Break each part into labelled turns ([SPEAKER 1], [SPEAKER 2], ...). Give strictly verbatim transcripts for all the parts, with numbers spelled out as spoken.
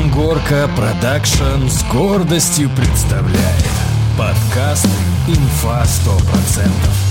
[SPEAKER 1] Горка Продакшн с гордостью представляет подкаст «Инфа сто процентов».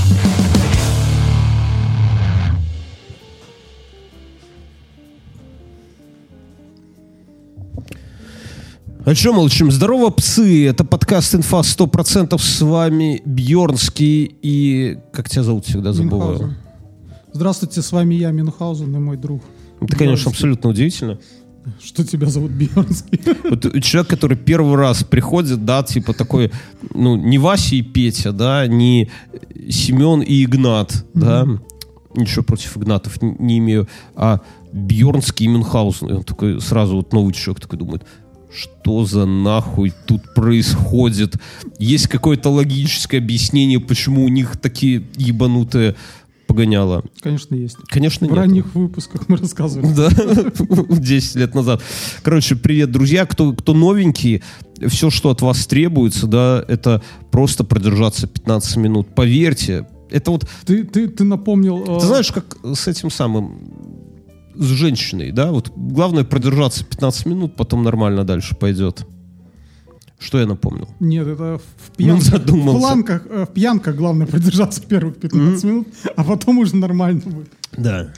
[SPEAKER 2] А что молчим? Здорово, псы! Это подкаст «Инфа сто процентов». С вами Бьернский и... Как тебя зовут? Всегда забываю.
[SPEAKER 3] Мюнхгаузен. Здравствуйте, с вами я, Мюнхгаузен, и мой друг.
[SPEAKER 2] Это, конечно, абсолютно удивительно.
[SPEAKER 3] Что тебя зовут Бьернский?
[SPEAKER 2] Вот человек, который первый раз приходит, да, типа такой, ну, не Вася и Петя, да, не Семен и Игнат, mm-hmm. да, ничего против Игнатов не, не имею, а Бьернский и Мюнхгаузен. И он такой, сразу вот новый человек такой думает, что за нахуй тут происходит? Есть какое-то логическое объяснение, почему у них такие ебанутые погоняло?
[SPEAKER 3] Конечно, есть.
[SPEAKER 2] Конечно,
[SPEAKER 3] В
[SPEAKER 2] нет.
[SPEAKER 3] ранних выпусках мы рассказывали.
[SPEAKER 2] Да, десять лет назад. Короче, привет, друзья. Кто, кто новенький, все, что от вас требуется, да, это просто продержаться пятнадцать минут. Поверьте, это вот...
[SPEAKER 3] Ты, ты, ты напомнил...
[SPEAKER 2] Ты знаешь, как с этим самым... с женщиной, да? Вот главное продержаться пятнадцать минут, потом нормально дальше пойдет. Что я напомнил?
[SPEAKER 3] Нет, это в пьянках,
[SPEAKER 2] ну,
[SPEAKER 3] в, планках, в пьянках главное продержаться первых пятнадцать mm-hmm. минут, а потом уже нормально будет.
[SPEAKER 2] Да.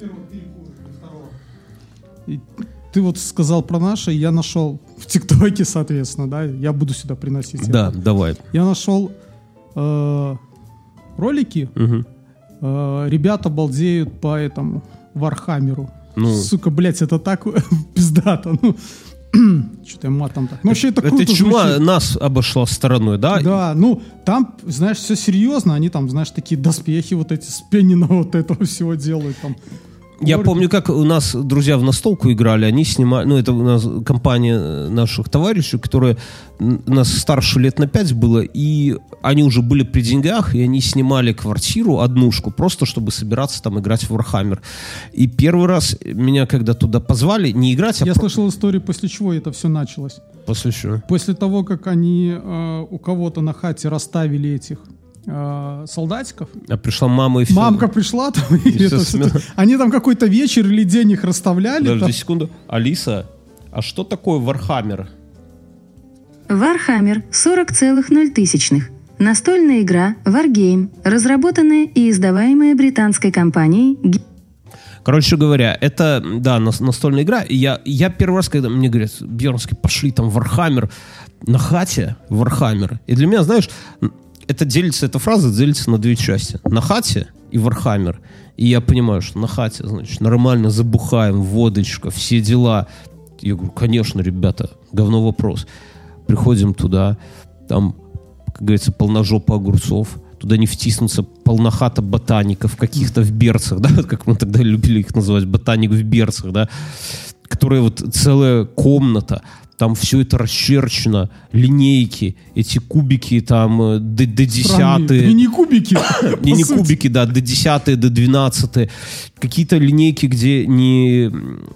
[SPEAKER 3] И ты вот сказал про наше, я нашел в ТикТоке, соответственно, да, я буду сюда приносить.
[SPEAKER 2] Да,
[SPEAKER 3] это.
[SPEAKER 2] давай.
[SPEAKER 3] Я нашел э, ролики,
[SPEAKER 2] угу.
[SPEAKER 3] э, ребята балдеют по этому Вархаммеру.
[SPEAKER 2] Ну.
[SPEAKER 3] Сука, блядь, это так пиздато, ну... Что-то я матом так. Ну, вообще это круто
[SPEAKER 2] Это чума
[SPEAKER 3] звучит.
[SPEAKER 2] нас обошла стороной, да?
[SPEAKER 3] Да, ну, там, знаешь, все серьезно. Они там, знаешь, такие доспехи вот эти с пенного вот этого всего делают. Там.
[SPEAKER 2] Я
[SPEAKER 3] Горки.
[SPEAKER 2] помню, как у нас друзья в настолку играли, они снимали, ну, это у нас компания наших товарищей, которые, у нас старше лет на пять было, и они уже были при деньгах, и они снимали квартиру, однушку, просто чтобы собираться там играть в Warhammer. И первый раз меня, когда туда позвали, не играть, а...
[SPEAKER 3] Я
[SPEAKER 2] про...
[SPEAKER 3] слышал историю, после чего это все началось.
[SPEAKER 2] После чего?
[SPEAKER 3] После того, как они э, у кого-то на хате расставили этих э, солдатиков.
[SPEAKER 2] А пришла мама и все.
[SPEAKER 3] Мамка пришла там, и
[SPEAKER 2] и
[SPEAKER 3] это,
[SPEAKER 2] все
[SPEAKER 3] это, они там какой-то вечер или день их расставляли.
[SPEAKER 2] Подожди
[SPEAKER 3] там.
[SPEAKER 2] секунду. Алиса, а что такое Warhammer?
[SPEAKER 4] Warhammer сорок целых ноль тысячных. Настольная игра Wargame, разработанная и издаваемая британской компанией.
[SPEAKER 2] Короче говоря, это, да, настольная игра. И я, я первый раз, когда мне говорят, Бьернский, пошли там Warhammer, на хате Warhammer. И для меня, знаешь, это делится, эта фраза делится на две части. На хате и Warhammer. И я понимаю, что на хате, значит, нормально забухаем, водочка, все дела. Я говорю, конечно, ребята, говно вопрос. Приходим туда, там, как говорится, полножопа огурцов. Туда не втиснуться полнохата ботаников каких-то в берцах, да, как мы тогда любили их называть, ботаник в берцах, да, которые вот целая комната, там все это расчерчено, линейки, эти кубики там до десятые.
[SPEAKER 3] И не кубики.
[SPEAKER 2] Не, не кубики, да, до десятые, до двенадцатые. Какие-то линейки, где не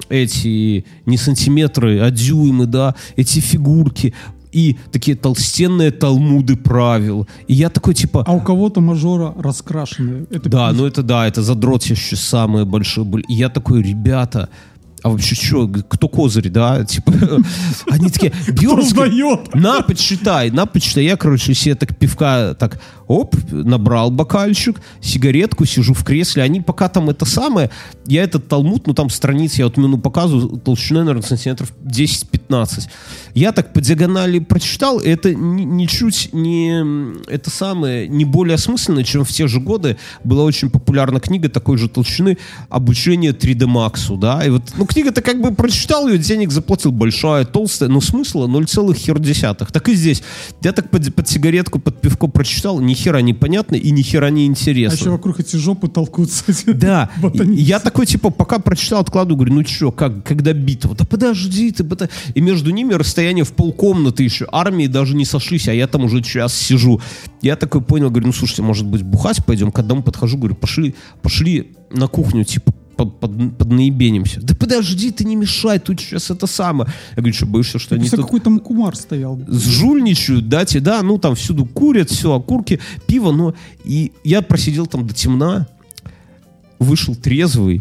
[SPEAKER 2] эти, не сантиметры, а дюймы, да, эти фигурки. И такие толстенные талмуды правил. И я такой, типа...
[SPEAKER 3] А у кого-то мажора раскрашенные. Это
[SPEAKER 2] да,
[SPEAKER 3] пиздец.
[SPEAKER 2] ну это да, это задротище самое большое. И я такой, ребята... А вообще что, кто козырь, да? Типа, они такие, Бьернский, на, почитай, на, почитай. Я, короче, себе так пивка, так, оп, набрал бокальчик, сигаретку, сижу в кресле. Они пока там это самое, я этот талмуд, ну там страниц, я вот минуту показываю, толщиной, наверное, сантиметров десять-пятнадцать. Я так по диагонали прочитал, это ничуть не, это самое, не более осмысленно, чем в те же годы была очень популярна книга такой же толщины «Обучение три дэ Максу», да, и вот, ну, книга-то как бы прочитал ее, денег заплатил, большая, толстая, но смысла ноль целых хер десятых. Так и здесь. Я так под, под сигаретку, под пивко прочитал, ни хера не понятно и ни хера не интересно.
[SPEAKER 3] А еще вокруг эти жопы толкутся.
[SPEAKER 2] Да. Я такой, типа, пока прочитал, откладываю, говорю, ну что, как, когда битва? Да подожди ты, подожди. И между ними расстояние в полкомнаты еще. Армии даже не сошлись, а я там уже час сижу. Я такой понял, говорю, ну слушайте, может быть, бухать пойдем? К одному подхожу, говорю, пошли, пошли на кухню, типа, Под, под, поднаебенимся. Да подожди, ты не мешай, тут сейчас это самое. Я говорю, что боишься, что они тут
[SPEAKER 3] какой-то кумар стоял.
[SPEAKER 2] сжульничают, да, те, да, ну там всюду курят, все, окурки, пиво, но и я просидел там до темна, вышел трезвый,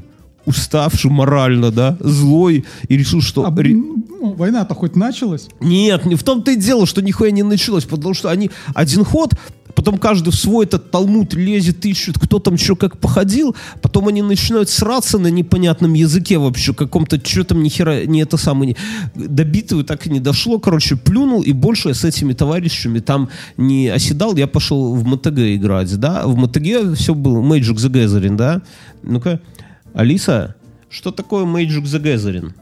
[SPEAKER 2] уставший морально, да, злой, и решил, что...
[SPEAKER 3] А, ну, война-то хоть началась?
[SPEAKER 2] Нет, не в том-то и дело, что нихуя не началось, потому что они один ход, потом каждый в свой этот талмуд лезет, ищет, кто там что как походил, потом они начинают сраться на непонятном языке вообще, каком-то, что там ни хера, не это самое, не, до битвы так и не дошло, короче, плюнул, и больше я с этими товарищами там не оседал, я пошел в МТГ играть, да, в МТГ все было, Magic the Gathering, да, ну-ка, Алиса, что такое Magic the Gathering?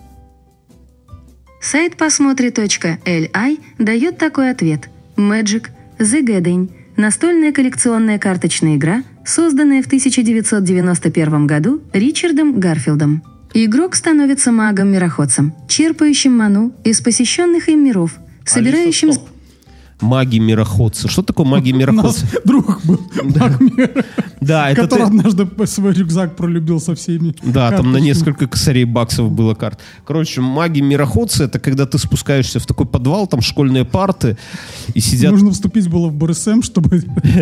[SPEAKER 4] Сайт посмотри точка эл ай дает такой ответ. Magic the Gathering – настольная коллекционная карточная игра, созданная в тысяча девятьсот девяносто первом году Ричардом Гарфилдом. Игрок становится магом-мироходцем, черпающим ману из посещенных им миров, собирающим...
[SPEAKER 2] Алиса, маги-мироходцы. Что такое маги-мироходцы?
[SPEAKER 3] У нас друг был, маг-мир,
[SPEAKER 2] да, это
[SPEAKER 3] который
[SPEAKER 2] ты...
[SPEAKER 3] однажды свой рюкзак пролюбил со всеми.
[SPEAKER 2] Да,
[SPEAKER 3] карточками.
[SPEAKER 2] там на несколько косарей баксов было карт. Короче, маги-мироходцы — это когда ты спускаешься в такой подвал, там школьные парты, и сидят...
[SPEAKER 3] Нужно вступить было в БРСМ, чтобы...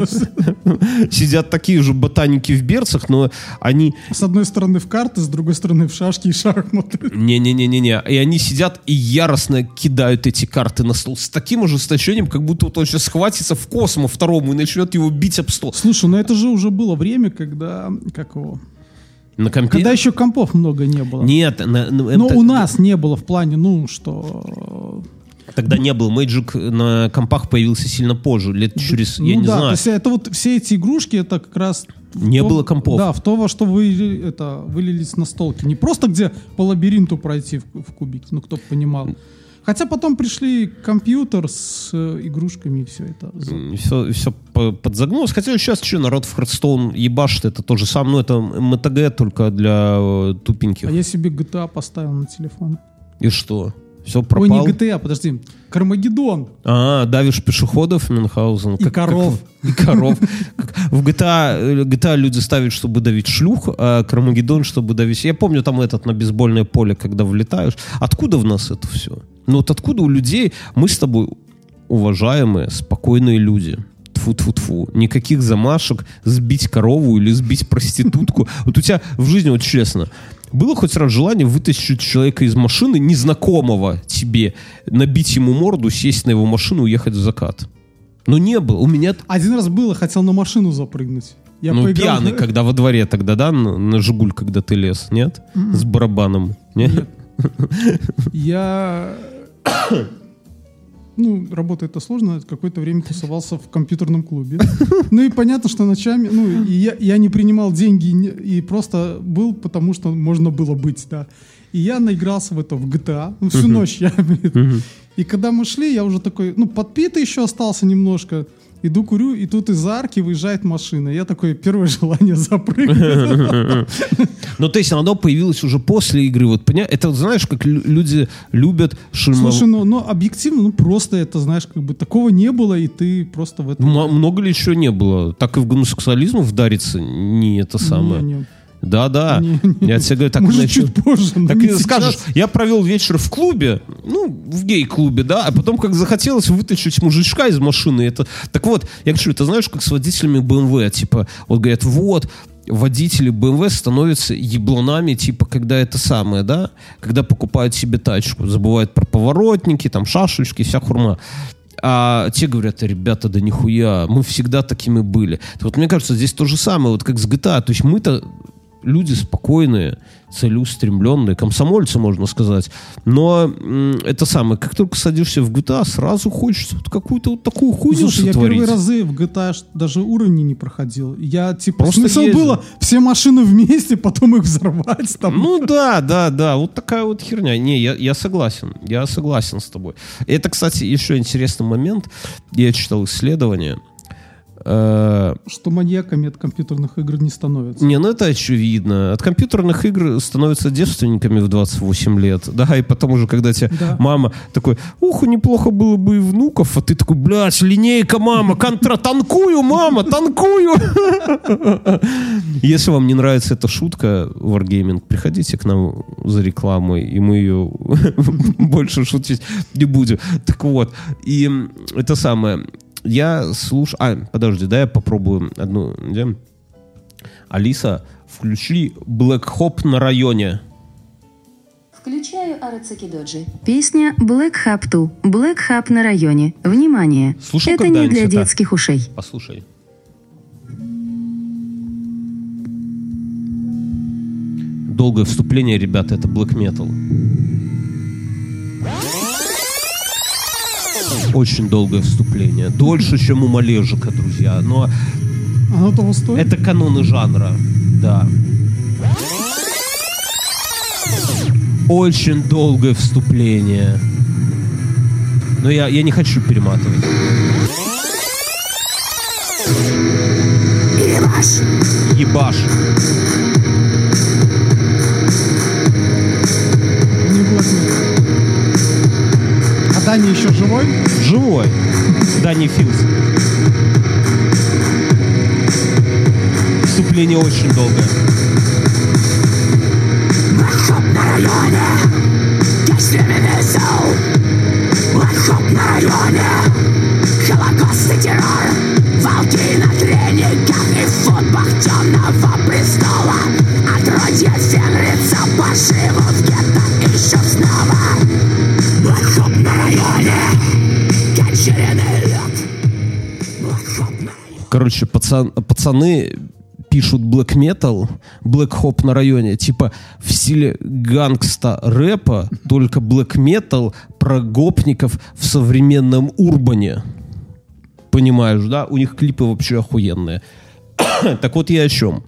[SPEAKER 2] Сидят такие же ботаники в берцах, но они...
[SPEAKER 3] С одной стороны в карты, с другой стороны в шашки и шахматы.
[SPEAKER 2] Не-не-не-не-не. И они сидят и яростно кидают эти карты на стол с таким ожесточением, как будто вот он сейчас схватится в Космо второму и начнет его бить об стол.
[SPEAKER 3] Слушай, ну это же уже было время, когда... Как его?
[SPEAKER 2] На компе?
[SPEAKER 3] Когда еще компов много не было.
[SPEAKER 2] Нет. На, на,
[SPEAKER 3] Но
[SPEAKER 2] это...
[SPEAKER 3] у нас не было в плане, ну, что...
[SPEAKER 2] Тогда не было. Magic на компах появился сильно позже, лет через,
[SPEAKER 3] ну,
[SPEAKER 2] я не
[SPEAKER 3] да,
[SPEAKER 2] знаю.
[SPEAKER 3] То есть это вот все эти игрушки, это как раз...
[SPEAKER 2] Не
[SPEAKER 3] то,
[SPEAKER 2] было компов.
[SPEAKER 3] Да, в то, во что вы это, вылились на столке. Не просто где по лабиринту пройти в, в кубике, ну, кто бы понимал. Хотя потом пришли компьютер с э, игрушками и все это.
[SPEAKER 2] Все, все подзагнулось. Хотя сейчас что, народ в Хардстоун ебашит, это то же самое. Ну, это эм тэ гэ только для э, тупеньких.
[SPEAKER 3] А я себе джи ти эй поставил на телефон.
[SPEAKER 2] И что? Все пропал?
[SPEAKER 3] Ой, не джи ти эй, подожди. Кармагеддон.
[SPEAKER 2] А, давишь пешеходов, Мюнхгаузен.
[SPEAKER 3] И
[SPEAKER 2] как,
[SPEAKER 3] коров.
[SPEAKER 2] Как, и коров. В джи ти эй, джи ти эй люди ставят, чтобы давить шлюх, а Кармагеддон, чтобы давить... Я помню там этот на бейсбольное поле, когда влетаешь. Откуда в нас это все? Ну вот откуда у людей... Мы с тобой уважаемые, спокойные люди. Тьфу-тьфу-тьфу. Никаких замашек сбить корову или сбить проститутку. Вот у тебя в жизни, вот честно... Было хоть раз желание вытащить человека из машины, незнакомого тебе, набить ему морду, сесть на его машину и уехать в закат? Ну, не было. У меня...
[SPEAKER 3] Один раз было, хотел на машину запрыгнуть. Я
[SPEAKER 2] ну,
[SPEAKER 3] поиграл...
[SPEAKER 2] пьяный, когда во дворе тогда, да, на, на «Жигуль», когда ты лез, нет? Mm-hmm. С барабаном, нет?
[SPEAKER 3] Нет. Я... Ну, работа-то сложно, какое-то время тусовался в компьютерном клубе. Ну и понятно, что ночами, ну, и я, я не принимал деньги и просто был, потому что можно было быть, да. И я наигрался в это, в джи ти эй, ну, всю uh-huh. ночь я... Uh-huh. И когда мы шли, я уже такой, ну, подпитый еще остался немножко. Иду, курю, и тут из арки выезжает машина. Я такое первое желание запрыгнуть.
[SPEAKER 2] Ну, то есть оно появилось уже после игры. Вот, понимаешь, это, знаешь, как люди любят шельмов.
[SPEAKER 3] Слушай, ну, ну, объективно, ну, просто это, знаешь, как бы такого не было, и ты просто в этом...
[SPEAKER 2] Много ли еще не было? Так и в гомосексуализм вдариться не это самое.
[SPEAKER 3] Не, не.
[SPEAKER 2] Да-да,
[SPEAKER 3] не, не,
[SPEAKER 2] я тебе говорю, так
[SPEAKER 3] может,
[SPEAKER 2] иначе...
[SPEAKER 3] чуть позже,
[SPEAKER 2] так и
[SPEAKER 3] сейчас.
[SPEAKER 2] скажешь, я провел вечер в клубе, ну, в гей-клубе, да, а потом как захотелось вытащить мужичка из машины, это... Так вот, я говорю, это знаешь, как с водителями бэ эм вэ, типа, вот говорят, вот, водители бэ эм вэ становятся ебланами, типа, когда это самое, да, когда покупают себе тачку, забывают про поворотники, там, шашечки, вся хурма. А те говорят, ребята, да нихуя, мы всегда такими были. Вот мне кажется, здесь то же самое, вот как с джи ти эй, то есть мы-то люди спокойные, целеустремленные, комсомольцы, можно сказать. Но м, это самое, как только садишься в джи ти эй, сразу хочется вот какую-то вот такую хуйню
[SPEAKER 3] Слушай, я
[SPEAKER 2] сотворить.
[SPEAKER 3] первые разы в джи ти эй даже уровни не проходил. Я, типа,
[SPEAKER 2] Просто
[SPEAKER 3] смысл
[SPEAKER 2] ездил.
[SPEAKER 3] было все машины вместе, потом их взорвать. Там.
[SPEAKER 2] Ну да, да, да, вот такая вот херня. Не, я, я согласен, я согласен с тобой. Это, кстати, еще интересный момент. Я читал исследование.
[SPEAKER 3] Что маньяками от компьютерных игр не становятся.
[SPEAKER 2] Не, ну это очевидно. От компьютерных игр становятся девственниками в двадцать восемь лет. Да, и потом уже, когда тебе да. мама такой, ух, неплохо было бы и внуков, а ты такой, блядь, линейка, мама, контратанкую, мама, танкую. Если вам не нравится эта шутка, Wargaming, приходите к нам за рекламой, и мы ее больше шутить не будем. Так вот, и это самое... Я слушаю... А, подожди, да, я попробую одну... Где? Алиса, Включи Black Hop на районе.
[SPEAKER 4] Включаю Арацакидоджи. Песня Black Hop два. Black Hop на районе. Внимание.
[SPEAKER 2] Слушал
[SPEAKER 4] это не для детских ушей.
[SPEAKER 2] Послушай. Долгое вступление, ребята, это Black Metal. Очень долгое вступление. Дольше, чем у Малежика, друзья. Но
[SPEAKER 3] оно того стоит?
[SPEAKER 2] Это каноны жанра. Да. Очень долгое вступление. Но я, я не хочу перематывать. Ебаш. Ебаш.
[SPEAKER 3] Не блокнет. А Дани еще живой?
[SPEAKER 2] Живой. Дани Филс. Вступление очень долгое. На районе, косвенный зал. Лохоп на районе, холокост и террор. Волки на тренингах и футбах темного престола. Отродье Фенрица, пошиву в гетто ищут снова. Лохоп на районе, как жирный лед. Короче, пацан, пацаны пишут black metal, black hop на районе, типа в стиле гангста-рэпа, только black metal про гопников в современном урбане. Понимаешь, да? У них клипы вообще охуенные. Так вот я о чем.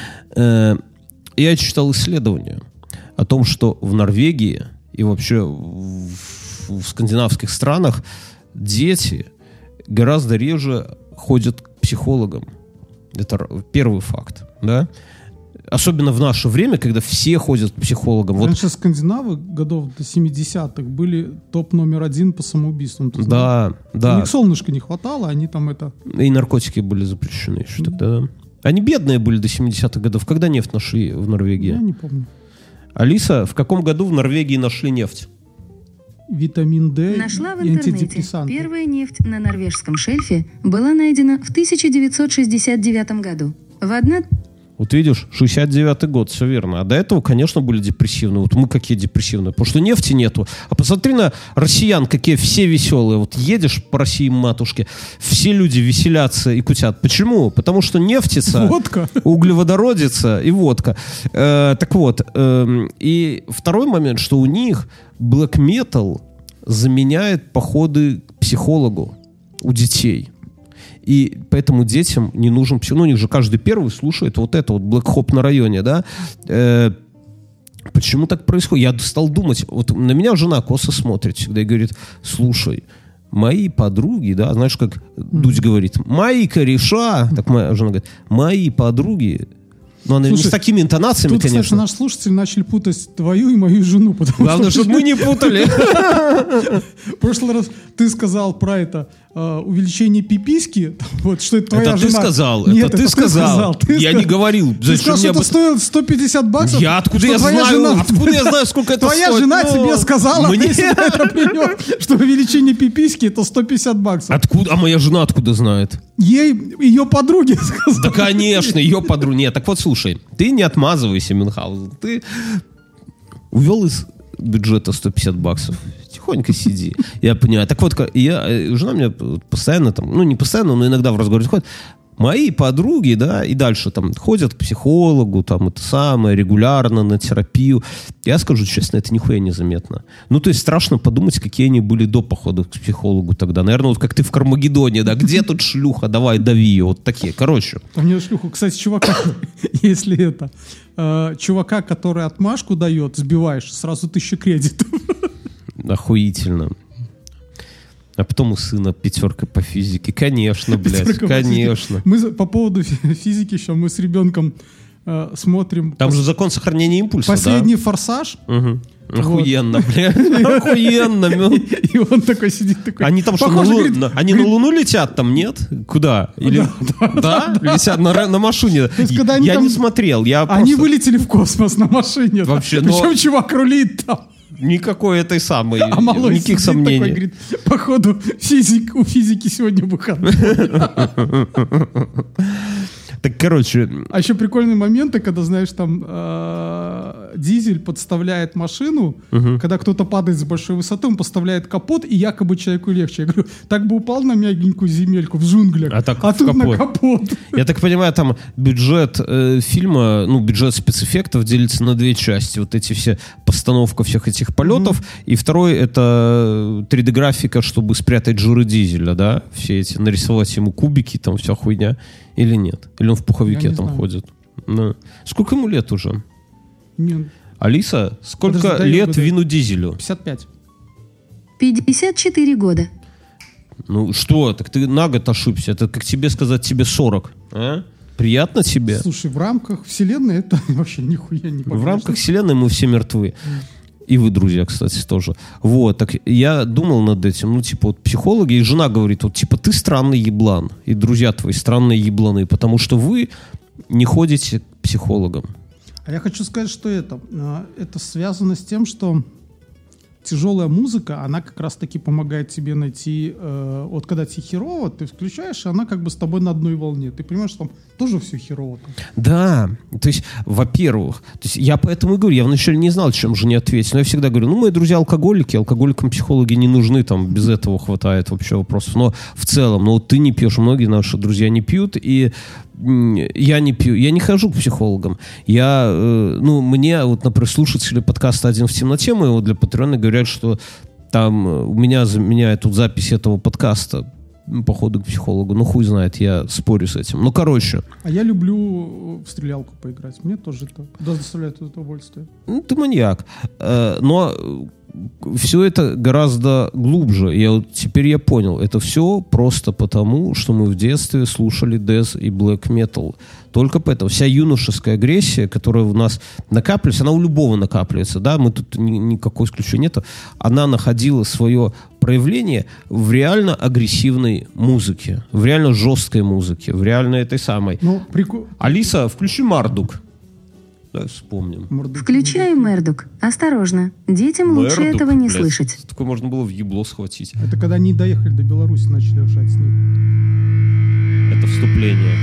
[SPEAKER 2] Я читал исследование о том, что в Норвегии и вообще в, в скандинавских странах дети гораздо реже ходят к психологам. Это первый факт, да? Особенно в наше время, когда все ходят к психологам.
[SPEAKER 3] Раньше
[SPEAKER 2] вот.
[SPEAKER 3] Скандинавы годов до семидесятых были топ номер один по самоубийствам.
[SPEAKER 2] Да, да.
[SPEAKER 3] У них солнышка не хватало, они там это...
[SPEAKER 2] И наркотики были запрещены еще mm-hmm. тогда, да? Они бедные были до семидесятых годов. Когда нефть нашли в Норвегии?
[SPEAKER 3] Я не помню.
[SPEAKER 2] Алиса, в каком году в Норвегии нашли нефть?
[SPEAKER 3] Витамин D
[SPEAKER 4] Нашла в
[SPEAKER 3] и
[SPEAKER 4] интернете.
[SPEAKER 3] антидепрессанты.
[SPEAKER 4] Первая нефть на норвежском шельфе была найдена в тысяча девятьсот шестьдесят девятом году. В одна...
[SPEAKER 2] Вот видишь, шестьдесят девятый год, все верно. А до этого, конечно, были депрессивные. Вот мы какие депрессивные, потому что нефти нету. А посмотри на россиян, какие все веселые. Вот едешь по России, матушке, все люди веселятся и кутят. Почему? Потому что нефтица,
[SPEAKER 3] водка,
[SPEAKER 2] углеводородица и водка. Э, так вот, э, и второй момент, что у них black metal заменяет походы к психологу у детей. И поэтому детям не нужен психолог. Ну, у них же каждый первый слушает вот это вот Black Hop на районе, да. Э, почему так происходит? Я стал думать, вот на меня жена косо смотрит всегда и говорит: слушай, мои подруги, да, знаешь, как mm-hmm. Дудь говорит, мои кореша, так моя жена говорит, мои подруги. Ну, она Слушай, не с такими интонациями,
[SPEAKER 3] тут,
[SPEAKER 2] конечно.
[SPEAKER 3] Кстати, наши слушатели начали путать твою и мою жену.
[SPEAKER 2] Главное, чтобы мы не путали.
[SPEAKER 3] В прошлый раз ты сказал про это увеличение пиписьки. Вот, что это твоя
[SPEAKER 2] это
[SPEAKER 3] жена.
[SPEAKER 2] Ты сказал,
[SPEAKER 3] Нет,
[SPEAKER 2] это ты сказал.
[SPEAKER 3] Ты
[SPEAKER 2] я
[SPEAKER 3] сказал.
[SPEAKER 2] не говорил.
[SPEAKER 3] Ты сказал, что это стоило сто пятьдесят баксов?
[SPEAKER 2] Я откуда я знаю,
[SPEAKER 3] жена...
[SPEAKER 2] откуда я знаю, сколько это
[SPEAKER 3] твоя
[SPEAKER 2] стоит?
[SPEAKER 3] Твоя жена
[SPEAKER 2] Но...
[SPEAKER 3] тебе сказала,
[SPEAKER 2] Мне...
[SPEAKER 3] ты это принес, что увеличение пиписьки это сто пятьдесят баксов.
[SPEAKER 2] Откуда? А моя жена откуда знает?
[SPEAKER 3] Ей ее подруги сказали.
[SPEAKER 2] Да, конечно, ее подруги. Нет, так вот, слушай, ты не отмазывайся, Мюнхгаузен. Ты увел из бюджета сто пятьдесят баксов. Тихонько сиди. Я понимаю. Так вот, я, жена мне постоянно там, ну не постоянно, но иногда в разговоре ходит. Мои подруги, да, и дальше там ходят к психологу, там это самое, регулярно на терапию. Я скажу честно, это нихуя не заметно. Ну, то есть страшно подумать, какие они были до похода к психологу тогда. Наверное, вот как ты в Кармагеддоне, да, где тут шлюха, давай, дави ее, вот такие, короче.
[SPEAKER 3] Там нет шлюху. Кстати, чувака, если это, э, чувака, который отмашку дает, сбиваешь, сразу тысяча кредитов.
[SPEAKER 2] Охуительно. А потом у сына пятерка по физике. Конечно, блядь, пятерка конечно.
[SPEAKER 3] Мы по поводу физики еще, мы с ребенком э, смотрим...
[SPEAKER 2] Там пос... же закон сохранения импульса,
[SPEAKER 3] Последний
[SPEAKER 2] да?
[SPEAKER 3] форсаж.
[SPEAKER 2] Угу. Охуенно, вот. Блядь, охуенно.
[SPEAKER 3] И он такой сидит, такой...
[SPEAKER 2] Они там что, на Луну, они на Луну летят там, нет? Куда? Или... Да? Летят на машине. Я не смотрел.
[SPEAKER 3] Они вылетели в космос на машине.
[SPEAKER 2] Вообще,
[SPEAKER 3] причем чувак рулит там.
[SPEAKER 2] Никакой этой самой,
[SPEAKER 3] а малой
[SPEAKER 2] никаких сомнений.
[SPEAKER 3] Такой, говорит, походу физик, у физики сегодня выходной.
[SPEAKER 2] Так, короче...
[SPEAKER 3] А еще прикольные моменты, когда, знаешь, там э, Дизель подставляет машину, угу. когда кто-то падает с большой высоты, он подставляет капот, и якобы человеку легче. Я говорю, так бы упал на мягенькую земельку в джунглях,
[SPEAKER 2] а, так
[SPEAKER 3] а тут
[SPEAKER 2] капот.
[SPEAKER 3] на капот.
[SPEAKER 2] Я так понимаю, там бюджет э, фильма, ну, бюджет спецэффектов делится на две части. Вот эти все, постановка всех этих полетов, угу. и второй — это три дэ-графика, чтобы спрятать жиры Дизеля, да? Все эти, нарисовать ему кубики, там вся хуйня. Или нет? Или он в пуховике там знаю. ходит? Ну. Сколько ему лет уже?
[SPEAKER 3] Нет.
[SPEAKER 2] Алиса, сколько Подожди, лет года. Вину Дизелю?
[SPEAKER 3] пятьдесят пять.
[SPEAKER 4] пятьдесят четыре года.
[SPEAKER 2] Ну что, так ты на год ошибся. Это как тебе сказать, тебе сорок. А? Приятно тебе?
[SPEAKER 3] Слушай, в рамках вселенной это вообще нихуя не похоже.
[SPEAKER 2] В рамках вселенной мы все мертвы. И вы, друзья, кстати, тоже. Вот, так я думал над этим. Ну, типа, вот психологи, и жена говорит, вот, типа, ты странный еблан, и друзья твои странные ебланы, потому что вы не ходите к психологам.
[SPEAKER 3] А я хочу сказать, что это, это связано с тем, что тяжелая музыка, она как раз-таки помогает тебе найти... Э, вот когда тебе херово, ты включаешь, и она как бы с тобой на одной волне. Ты понимаешь, что там тоже все херово.
[SPEAKER 2] Да, то есть, во-первых, то есть я поэтому и говорю, я вначале не знал, чем же не ответить, но я всегда говорю, ну, мои друзья алкоголики, алкоголикам психологи не нужны, там, без этого хватает вообще вопросов. Но в целом, ну, вот ты не пьешь, многие наши друзья не пьют, и я не пью, я не хожу к психологам. Я, э, ну, мне, вот, например, слушатели подкаста «Один в темноте» моего для Патреона говорят, что там у меня заменяет тут запись этого подкаста походу к психологу. Ну, хуй знает, я спорю с этим. Ну, короче.
[SPEAKER 3] А я люблю в стрелялку поиграть. Мне тоже это доставляет удовольствие.
[SPEAKER 2] Ну, ты маньяк. Э, но все это гораздо глубже. Я вот, теперь я понял. Это все просто потому, что мы в детстве слушали дэз и блэк метал. Только поэтому. Вся юношеская агрессия, которая у нас накапливается, она у любого накапливается, да, мы тут ни, никакой исключения нету. Она находила свое проявление в реально агрессивной музыке, в реально жесткой музыке, в реально этой самой.
[SPEAKER 3] Ну, прикол...
[SPEAKER 2] Алиса, включи Мардук. Да, вспомним.
[SPEAKER 4] Включай Мердук. Осторожно. Детям
[SPEAKER 2] Мердук,
[SPEAKER 4] лучше этого не
[SPEAKER 2] блядь,
[SPEAKER 4] слышать.
[SPEAKER 2] такое можно было в ебло схватить.
[SPEAKER 3] Это когда они доехали до Беларуси, начали ржать с ним.
[SPEAKER 2] Это вступление.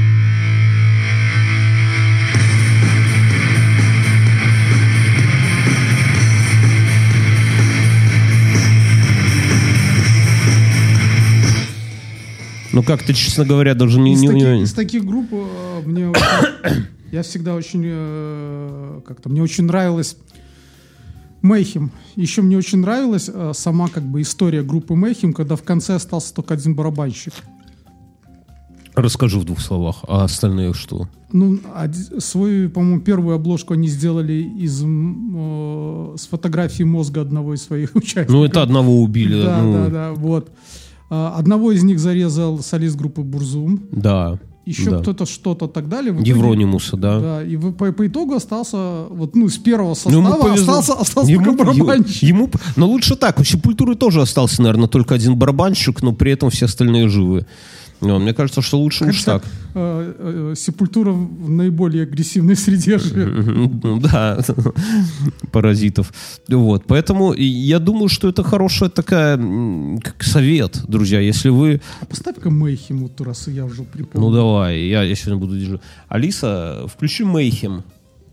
[SPEAKER 2] Ну как-то, честно говоря, даже не...
[SPEAKER 3] Из,
[SPEAKER 2] не,
[SPEAKER 3] таких,
[SPEAKER 2] не...
[SPEAKER 3] из таких групп э, мне очень, я всегда очень э, как-то мне очень нравилось Mayhem. Еще мне очень нравилась э, сама как бы история группы Mayhem, когда в конце остался только один барабанщик.
[SPEAKER 2] Расскажи в двух словах, а остальные что?
[SPEAKER 3] Ну, один, свою, по-моему, первую обложку они сделали из э, с фотографии мозга одного из своих участников.
[SPEAKER 2] Ну, это одного убили.
[SPEAKER 3] Да,
[SPEAKER 2] ну...
[SPEAKER 3] да, да, вот. Одного из них зарезал солист группы Бурзум.
[SPEAKER 2] Да.
[SPEAKER 3] Еще
[SPEAKER 2] да.
[SPEAKER 3] кто-то что-то так далее.
[SPEAKER 2] Евронимуса, да.
[SPEAKER 3] Да. И в, по, по итогу остался, вот, ну, с первого состава остался, остался
[SPEAKER 2] ему,
[SPEAKER 3] только барабанщик.
[SPEAKER 2] Ему, но лучше так. У Сепультуры тоже остался, наверное, только один барабанщик, но при этом все остальные живы. Но, мне кажется, что лучше
[SPEAKER 3] Хотя,
[SPEAKER 2] уж так.
[SPEAKER 3] Э, э, Сепультура в наиболее агрессивной среде живет.
[SPEAKER 2] Да, паразитов. Вот, поэтому я думаю, что это хорошая такая, как совет, друзья, если вы...
[SPEAKER 3] А поставь-ка Mayhem, вот раз я уже припомнил.
[SPEAKER 2] Ну давай, я, я сегодня буду держать. Алиса, включи Mayhem.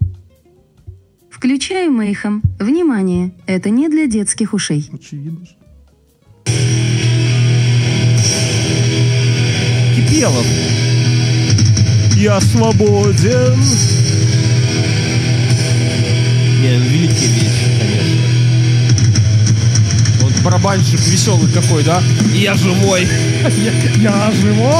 [SPEAKER 4] Включаю Mayhem. Внимание, это не для детских ушей.
[SPEAKER 3] Очевидно же.
[SPEAKER 2] Кипелов. Я свободен. Не, великие вещи, конечно. Вот барабанщик веселый какой, да? Я живой.
[SPEAKER 3] Я, я живой.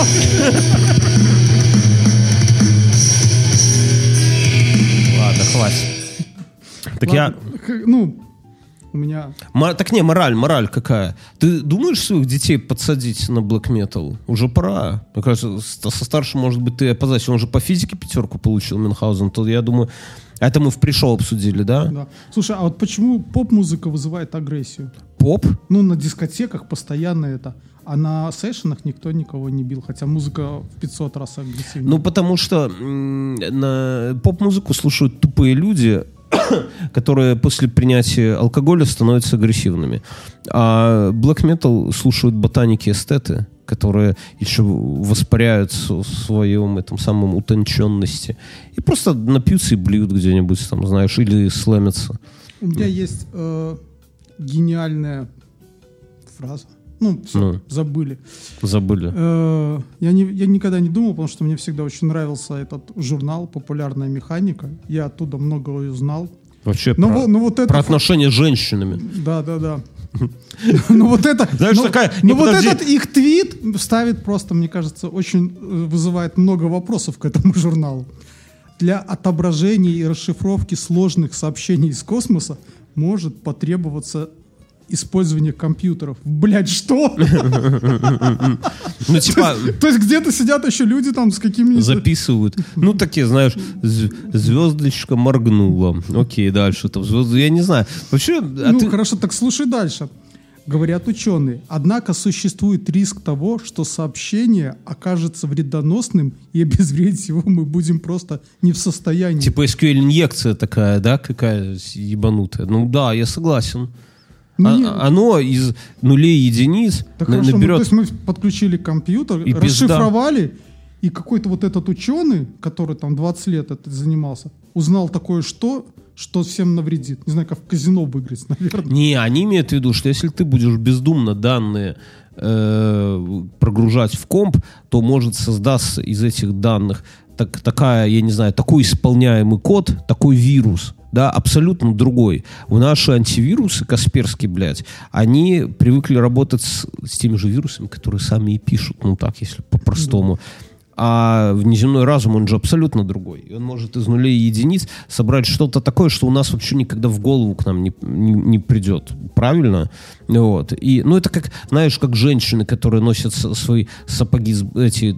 [SPEAKER 2] Ладно, хватит. Так я...
[SPEAKER 3] Ну... У меня...
[SPEAKER 2] М- так не, мораль, мораль какая? Ты думаешь своих детей подсадить на блэк метал? Уже пора. Мне кажется, со старшим, может быть, ты опоздать. Он уже по физике пятерку получил, Мюнхгаузен. То я думаю, это мы в пришел обсудили, да?
[SPEAKER 3] Да. Слушай, а вот почему поп-музыка вызывает агрессию?
[SPEAKER 2] Поп?
[SPEAKER 3] Ну, на дискотеках постоянно это. А на сессионах никто никого не бил. Хотя музыка в пятьсот раз агрессивнее.
[SPEAKER 2] Ну, потому что м- на поп-музыку слушают тупые люди, которые после принятия алкоголя становятся агрессивными. А black metal слушают ботаники-эстеты. которые еще воспаряют в своем этом самом утонченности. И просто напьются и блюют где-нибудь, там, знаешь, или слэмятся.
[SPEAKER 3] У меня есть э, гениальная фраза. Ну, все, ну, забыли.
[SPEAKER 2] Забыли.
[SPEAKER 3] Э, я, не, я никогда не думал, потому что мне всегда очень нравился этот журнал «Популярная механика». Я оттуда многое узнал.
[SPEAKER 2] Вообще но, про, ну, вот это... про отношения с женщинами.
[SPEAKER 3] Да, да, да. Ну вот это... Знаешь, такая... Ну вот этот их твит ставит просто, мне кажется, очень вызывает много вопросов к этому журналу. Для отображения и расшифровки сложных сообщений из космоса может потребоваться использование компьютеров. Блять, что?
[SPEAKER 2] Ну, типа...
[SPEAKER 3] То есть где-то сидят еще люди там с какими-нибудь...
[SPEAKER 2] Записывают. Ну, такие, знаешь, звездочка моргнула. Окей, дальше там звезды. Я не знаю. Вообще...
[SPEAKER 3] Ну, хорошо, так слушай дальше. Говорят ученые. Однако существует риск того, что сообщение окажется вредоносным, и обезвредить его мы будем просто не в состоянии.
[SPEAKER 2] Типа эс кью эль-инъекция такая, да, какая ебанутая. Ну да, я согласен. Ну, а, оно из нулей и единиц
[SPEAKER 3] так хорошо, наберет... ну, то есть мы подключили компьютер, и расшифровали, пизда. И какой-то вот этот ученый, который там двадцать лет это занимался, узнал такое что, что всем навредит. Не знаю, как в казино выиграть, наверное.
[SPEAKER 2] Не, они имеют в виду, что если ты будешь бездумно данные э, прогружать в комп, то может создаться из этих данных так, такая, я не знаю, такой исполняемый код, такой вирус, да, абсолютно другой. В наши антивирусы, Касперские, блядь, они привыкли работать с, с теми же вирусами, которые сами и пишут, ну так, если по-простому. А внеземной разум, он же абсолютно другой. И он может из нулей и единиц собрать что-то такое, что у нас вообще никогда в голову к нам не, не, не придет. Правильно? Вот. И, ну, это как, знаешь, как женщины, которые носят свои сапоги, эти...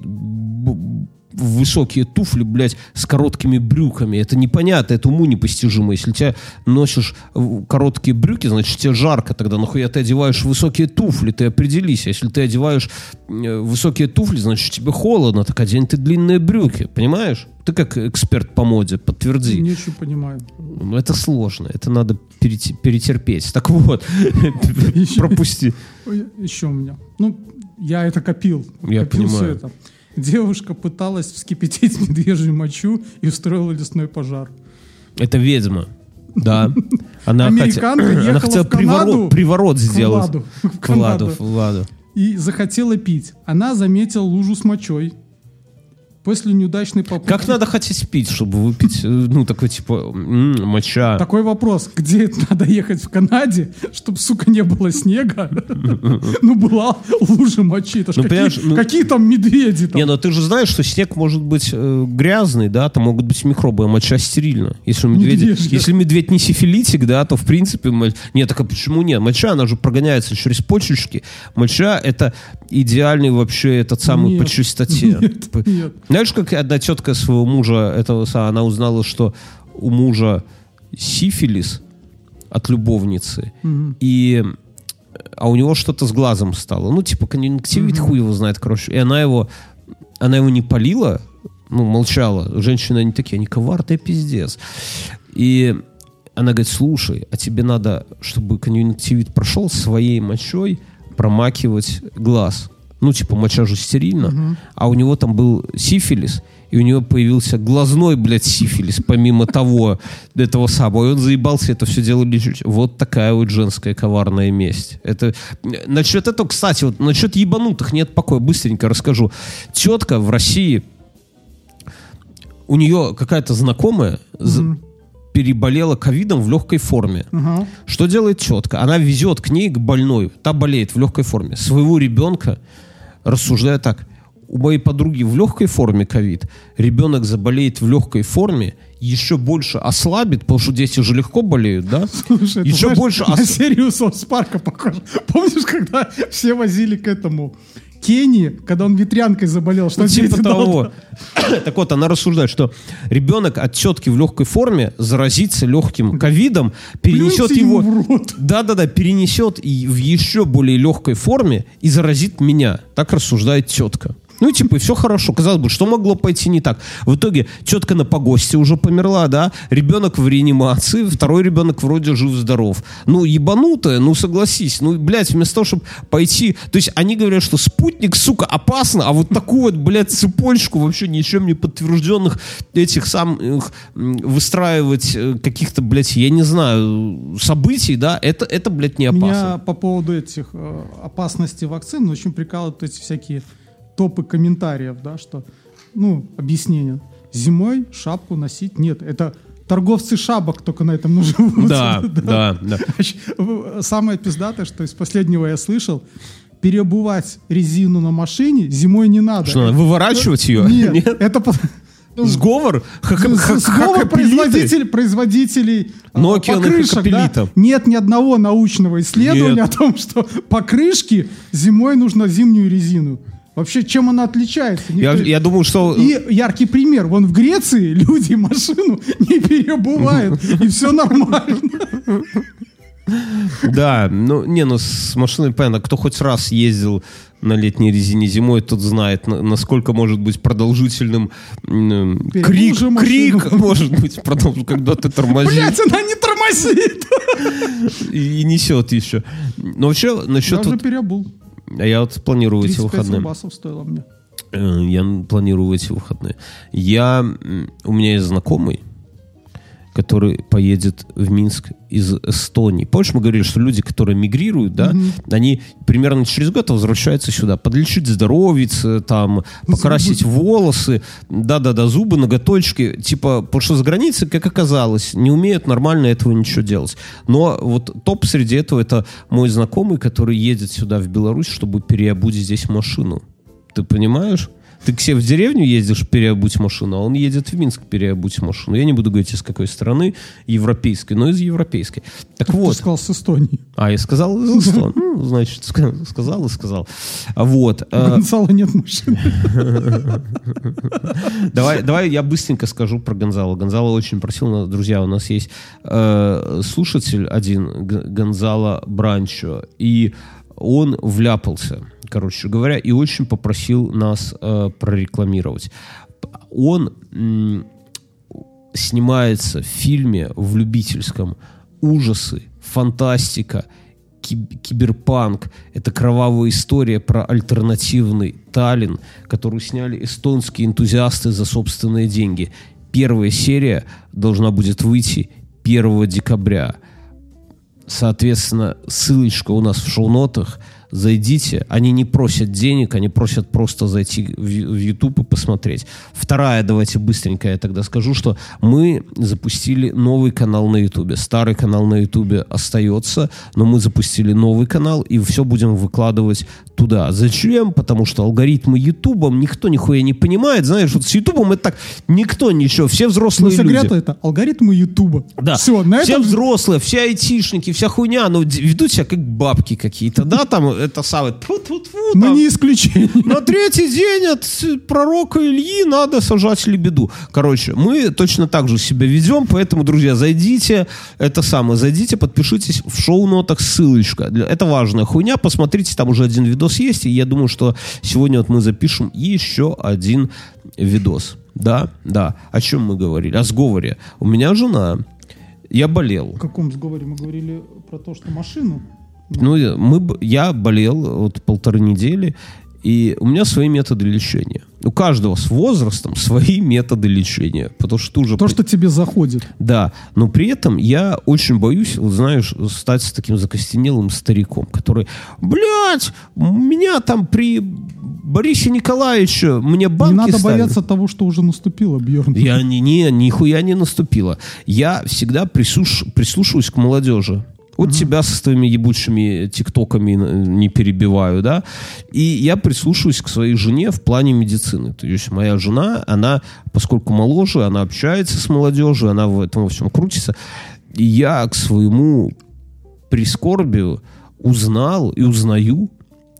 [SPEAKER 2] высокие туфли, блядь, с короткими брюками. Это непонятно, это уму непостижимо. Если тебя носишь короткие брюки, значит, тебе жарко. Тогда нахуя ты одеваешь высокие туфли? Ты определись. Если ты одеваешь высокие туфли, значит, тебе холодно. Так одень ты длинные брюки. Понимаешь? Ты как эксперт по моде, подтверди.
[SPEAKER 3] Не очень понимаю.
[SPEAKER 2] Ну, это сложно. Это надо перетерпеть. Так вот, пропусти.
[SPEAKER 3] Еще у меня. Ну, я это копил.
[SPEAKER 2] Я понимаю.
[SPEAKER 3] Девушка пыталась вскипятить медвежью мочу и устроила лесной пожар.
[SPEAKER 2] Это ведьма. Да. Она
[SPEAKER 3] Американка
[SPEAKER 2] хотя...
[SPEAKER 3] ехала
[SPEAKER 2] Она хотела
[SPEAKER 3] в Канаду,
[SPEAKER 2] приворот, приворот сделать.
[SPEAKER 3] К Владу.
[SPEAKER 2] К Владу, в Владу.
[SPEAKER 3] И захотела пить. Она заметила лужу с мочой. После неудачной попытки...
[SPEAKER 2] Как надо хотеть пить, чтобы выпить, ну, такой, типа, м-м, моча?
[SPEAKER 3] Такой вопрос. Где надо ехать в Канаде, чтобы, сука, не было снега? Ну, была лужа мочи. Это ж какие там медведи?
[SPEAKER 2] Не, ну ты же знаешь, что снег может быть грязный, да, там могут быть микробы, а моча стерильна. Если медведь не сифилитик, да, то, в принципе... Нет, так а почему нет? Моча, она же прогоняется через почечки. Моча — это идеальный вообще этот самый по чистоте.
[SPEAKER 3] Нет, нет.
[SPEAKER 2] Знаешь, как одна тетка своего мужа, этого, она узнала, что у мужа сифилис от любовницы, mm-hmm. и, а у него что-то с глазом стало. Ну, типа конъюнктивит, mm-hmm. хуй его знает, короче. И она его, она его не палила, ну, молчала. Женщины, они такие, они коварные, пиздец. И она говорит, слушай, а тебе надо, чтобы конъюнктивит прошел, своей мочой промакивать глаз. Ну, типа, моча же стерильна, uh-huh. а у него там был сифилис, и у него появился глазной, блядь, сифилис, помимо того, этого самого, и он заебался это все дело лечить. Вот такая вот женская коварная месть. Это... Насчет этого, кстати, вот насчет ебанутых нет покоя, быстренько расскажу. Тетка в России, у нее какая-то знакомая uh-huh. переболела ковидом в легкой форме. Uh-huh. Что делает тетка? Она везет к ней, к больной, та болеет в легкой форме, своего ребенка, рассуждая так: у моей подруги в легкой форме ковид, ребенок заболеет в легкой форме, еще больше ослабит, потому что дети же легко болеют, да?
[SPEAKER 3] Слушай,
[SPEAKER 2] еще
[SPEAKER 3] знаешь,
[SPEAKER 2] больше
[SPEAKER 3] на
[SPEAKER 2] ос...
[SPEAKER 3] серию Соус Парка похоже. Помнишь, когда все возили к этому Кенни, когда он ветрянкой заболел, что
[SPEAKER 2] ну, типа того. Так вот, она рассуждает, что ребенок от тетки в легкой форме заразится легким ковидом, перенесет
[SPEAKER 3] Плюньте
[SPEAKER 2] его...
[SPEAKER 3] ему в рот.
[SPEAKER 2] Да-да-да, перенесет и в еще более легкой форме и заразит меня. Так рассуждает тетка. Ну, типа, и все хорошо. Казалось бы, что могло пойти не так? В итоге тетка на погосте уже померла, да? Ребенок в реанимации, второй ребенок вроде жив-здоров. Ну, ебанутая, ну, согласись. Ну, блядь, вместо того, чтобы пойти... То есть они говорят, что спутник, сука, опасно, а вот такую вот, блядь, цепочку вообще ничем не подтвержденных этих самых выстраивать каких-то, блядь, я не знаю, событий, да, это, это блядь, не опасно.
[SPEAKER 3] Меня по поводу этих э, опасностей вакцин очень прикалывают эти всякие топы комментариев, да, что, ну, объяснение. Зимой шапку носить нет. Это торговцы шапок только на этом нужны.
[SPEAKER 2] Да, да, да.
[SPEAKER 3] Самое пиздатое, что из последнего я слышал, переобувать резину на машине зимой не надо.
[SPEAKER 2] Что, надо выворачивать ее?
[SPEAKER 3] Нет, нет? это...
[SPEAKER 2] Сговор?
[SPEAKER 3] Сговор производитель, производителей покрышек, да? Нет ни одного научного исследования Нет. о том, что покрышки зимой нужно зимнюю резину. Вообще, чем она отличается?
[SPEAKER 2] Я, я думаю, что...
[SPEAKER 3] И яркий пример. Вон в Греции люди машину не переобувают, и все нормально.
[SPEAKER 2] Да, ну, не, ну, с машиной, понятно, кто хоть раз ездил на летней резине зимой, тот знает, насколько может быть продолжительным э, крик, крик может быть продолжительным, когда ты тормозишь.
[SPEAKER 3] Блять, она не тормозит!
[SPEAKER 2] И, и несет еще. Но вообще, насчет...
[SPEAKER 3] Я уже переобул.
[SPEAKER 2] А я вот планирую эти выходные.
[SPEAKER 3] тридцать пять рубасов стоило мне.
[SPEAKER 2] Я планирую эти выходные. Я... У меня есть знакомый, который поедет в Минск из Эстонии. Помнишь, мы говорили, что люди, которые мигрируют, да, mm-hmm. они примерно через год возвращаются сюда, подлечить здоровье, там, покрасить зубы. волосы, да-да-да, зубы, ноготочки, типа, потому что за границей, как оказалось, не умеют нормально этого ничего делать. Но вот топ среди этого — это мой знакомый, который едет сюда, в Беларусь, чтобы переобуть здесь машину. Ты понимаешь? Ты к себе в деревню ездишь переобуть машину, а он едет в Минск переобуть машину. Я не буду говорить, из какой страны, европейской, но из европейской. Так, так вот.
[SPEAKER 3] Ты сказал, с Эстонии.
[SPEAKER 2] А, я сказал из Эстонии. Ну, значит, сказал и сказал. Вот.
[SPEAKER 3] У Гонзала нет машины.
[SPEAKER 2] Давай, давай я быстренько скажу про Гонзала. Гонзала очень просил, друзья, у нас есть э, слушатель один, Гонзала Бранчо, и он вляпался, короче говоря, и очень попросил нас э, прорекламировать. Он м, снимается в фильме в любительском «Ужасы», «Фантастика», киб- «Киберпанк». Это кровавая история про альтернативный Таллин, которую сняли эстонские энтузиасты за собственные деньги. Первая серия должна будет выйти первого декабря. Соответственно, ссылочка у нас в шоу-нотах. Зайдите. Они не просят денег, они просят просто зайти в YouTube и посмотреть. Вторая, давайте быстренько я тогда скажу, что мы запустили новый канал на YouTube. Старый канал на YouTube остается, но мы запустили новый канал и все будем выкладывать туда. Зачем? Потому что алгоритмы YouTube никто нихуя не понимает. Знаешь, вот с YouTube это так никто ничего. Все взрослые люди.
[SPEAKER 3] Ну, это алгоритмы YouTube.
[SPEAKER 2] Да.
[SPEAKER 3] Все, на
[SPEAKER 2] все
[SPEAKER 3] этом...
[SPEAKER 2] взрослые, все айтишники, вся хуйня, но ведут себя как бабки какие-то, да, там это самое...
[SPEAKER 3] Мы не исключение.
[SPEAKER 2] На третий день от пророка Ильи надо сажать лебеду. Короче, мы точно так же себя ведем, поэтому, друзья, зайдите, это самое, зайдите, подпишитесь, в шоу-нотах ссылочка. Это важная хуйня, посмотрите, там уже один видос есть, и я думаю, что сегодня вот мы запишем еще один видос. Да, да. О чем мы говорили? О сговоре. У меня жена, я болел.
[SPEAKER 3] В каком сговоре мы говорили про то, что машину?
[SPEAKER 2] Ну, мы, я болел вот полторы недели, и у меня свои методы лечения. У каждого с возрастом свои методы лечения. Потому что уже...
[SPEAKER 3] То, что тебе заходит.
[SPEAKER 2] Да, но при этом я очень боюсь, вот, знаешь, стать таким закостенелым стариком, который, блядь, меня там при Борисе Николаевиче мне банки
[SPEAKER 3] Не надо
[SPEAKER 2] ставили.
[SPEAKER 3] бояться того, что уже наступило, Бьерн.
[SPEAKER 2] Я не, не, нихуя не наступило. Я всегда прислуш, прислушиваюсь к молодежи. Вот uh-huh. тебя со твоими ебучими тиктоками не перебиваю, да? И я прислушиваюсь к своей жене в плане медицины. То есть моя жена, она, поскольку моложе, она общается с молодежью, она в этом во всем крутится. И я к своему прискорбию узнал и узнаю,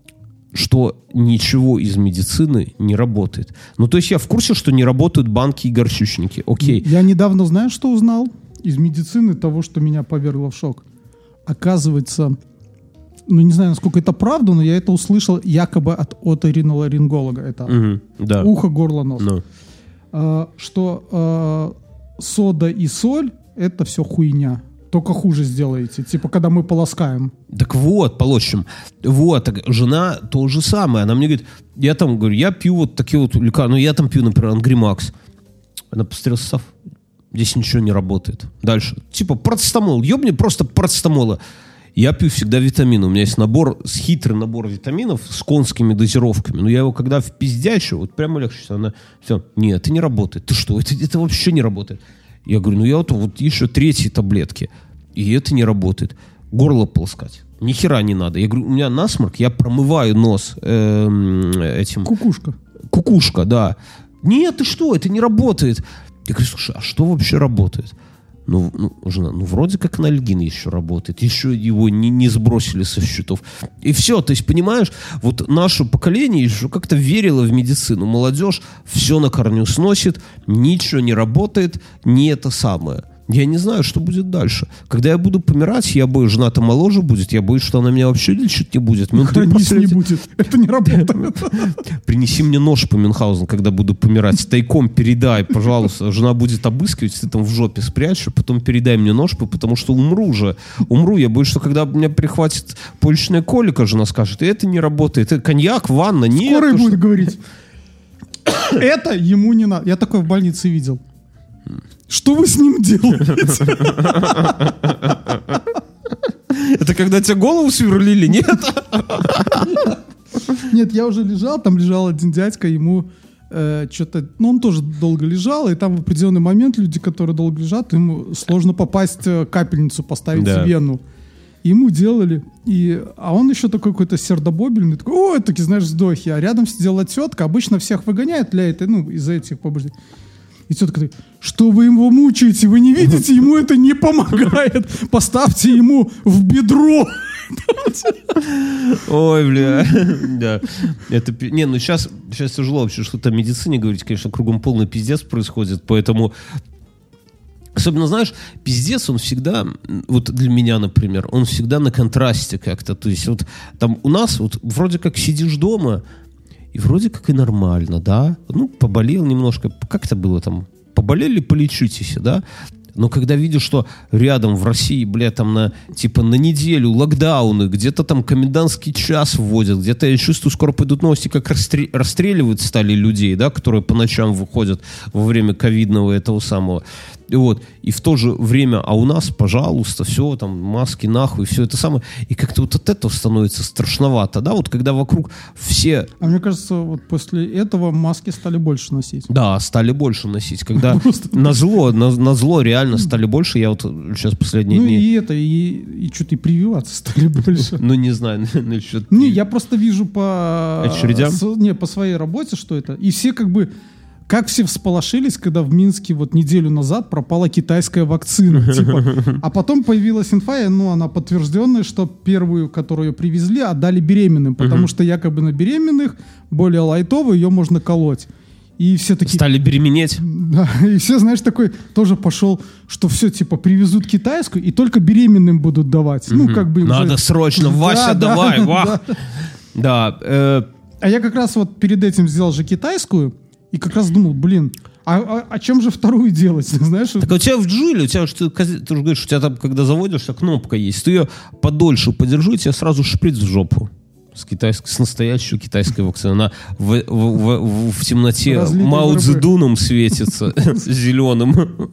[SPEAKER 2] что ничего из медицины не работает. Ну, то есть я в курсе, что не работают банки и горчичники. Окей.
[SPEAKER 3] Я недавно, знаешь, что узнал? Из медицины того, что меня повергло в шок. Оказывается, ну, не знаю, насколько это правда, но я это услышал якобы от оториноларинголога. Это
[SPEAKER 2] угу, да.
[SPEAKER 3] ухо, горло, нос.
[SPEAKER 2] Ну.
[SPEAKER 3] А, что а, сода и соль — это все хуйня. Только хуже сделаете. Типа, когда мы полоскаем.
[SPEAKER 2] Так вот, полощем. Вот, так жена то же самое. Она мне говорит, я там, говорю, я пью вот такие вот лекарства. Ну, я там пью, например, Ангримакс. Она посмотрела состав. Здесь ничего не работает. Дальше. Типа, процетамол. Ёбни просто процетамола. Я пью всегда витамины. У меня есть набор, хитрый набор витаминов с конскими дозировками. Но я его когда впиздячу, вот прямо легче. Она, все, нет, это не работает. Ты что, это, это вообще не работает. Я говорю, ну я вот, вот еще третьи таблетки, и это не работает. Горло полоскать. Ни хера не надо. Я говорю, у меня насморк, я промываю нос э, этим...
[SPEAKER 3] Кукушка.
[SPEAKER 2] Кукушка, да. Нет, ты что, это не работает. Я говорю, слушай, а что вообще работает? Ну, ну, жена, ну, вроде как анальгин еще работает. Еще его не, не сбросили со счетов. И все, то есть, понимаешь, вот наше поколение еще как-то верило в медицину. Молодежь все на корню сносит, ничего не работает, не это самое. Я не знаю, что будет дальше. Когда я буду помирать, я боюсь, жена-то моложе будет, я боюсь, что она меня вообще лечить не будет.
[SPEAKER 3] Хранить не будет. Это не работает.
[SPEAKER 2] Принеси мне нож по Мюнхгаузену, когда буду помирать. Тайком передай, пожалуйста. Жена будет обыскивать, ты там в жопе спрячь, а потом передай мне нож, потому что умру же. Умру. Я боюсь, что когда меня перехватит почечная колика, жена скажет, и это не работает. Это коньяк, ванна, нет.
[SPEAKER 3] Скорая будет говорить. Это ему не надо. Я такое в больнице видел. Что вы с ним делаете?
[SPEAKER 2] Это когда тебе голову сверлили, нет?
[SPEAKER 3] Нет, я уже лежал, там лежал один дядька, ему э, что-то... Ну, он тоже долго лежал, и там в определенный момент люди, которые долго лежат, им сложно попасть, капельницу поставить
[SPEAKER 2] да.
[SPEAKER 3] в вену. Ему делали, и, а он еще такой какой-то сердобобельный, такой, ой, такие, знаешь, вздохи. А рядом сидела тетка, обычно всех выгоняют для этой, ну, из-за этих побуждений. И тетка говорит, что вы его мучаете, вы не видите, ему это не помогает. Поставьте ему в бедро.
[SPEAKER 2] Ой, бля. Да. Это, не, ну сейчас, сейчас тяжело вообще что-то о медицине говорить. Конечно, кругом полный пиздец происходит, поэтому... Особенно, знаешь, пиздец, он всегда, вот для меня, например, он всегда на контрасте как-то. То есть вот там у нас вот вроде как сидишь дома, и вроде как и нормально, да? Ну, поболел немножко. Как это было там? Поболели, полечитесь, да? Но когда видишь, что рядом в России, бля, там на, типа на неделю локдауны, где-то там комендантский час вводят, где-то, я чувствую, скоро пойдут новости, как расстрел... расстреливать стали людей, да, которые по ночам выходят во время ковидного этого самого. И вот, и в то же время, а у нас, пожалуйста, все, там, маски нахуй, все это самое. И как-то вот от этого становится страшновато, да, вот когда вокруг все...
[SPEAKER 3] А мне кажется, вот после этого маски стали больше носить.
[SPEAKER 2] Да, стали больше носить, когда на зло, на, на зло реально стали больше, я вот сейчас последние
[SPEAKER 3] ну,
[SPEAKER 2] дни...
[SPEAKER 3] Ну и это, и, и что-то и прививаться стали больше.
[SPEAKER 2] Ну не знаю, насчет...
[SPEAKER 3] Не, я просто вижу по...
[SPEAKER 2] Очередям?
[SPEAKER 3] Не, по своей работе, что это. И все как бы... Как все всполошились, когда в Минске вот неделю назад пропала китайская вакцина. Типа. А потом появилась инфа, ну, она подтвержденная, что первую, которую привезли, отдали беременным, потому что якобы на беременных, более лайтово, ее можно колоть. И все такие...
[SPEAKER 2] Стали беременеть.
[SPEAKER 3] Да, и все, знаешь, такой тоже пошел, что все, типа, привезут китайскую, и только беременным будут давать. Ну, как бы...
[SPEAKER 2] Надо уже... срочно, Вася, да, давай, да, вах. Да. да э...
[SPEAKER 3] А я как раз вот перед этим сделал же китайскую, и как раз думал, блин, а, а, а чем же вторую делать, знаешь?
[SPEAKER 2] Так а у тебя в джиле, у тебя, ты, ты же говоришь, у тебя там, когда заводишься, кнопка есть. Ты ее подольше подержи, тебе сразу шприц в жопу. С, китайской, с настоящей китайской вакциной. Она в, в, в, в темноте
[SPEAKER 3] Разлитые
[SPEAKER 2] Мао
[SPEAKER 3] вырубы.
[SPEAKER 2] Цзэдуном светится зеленым.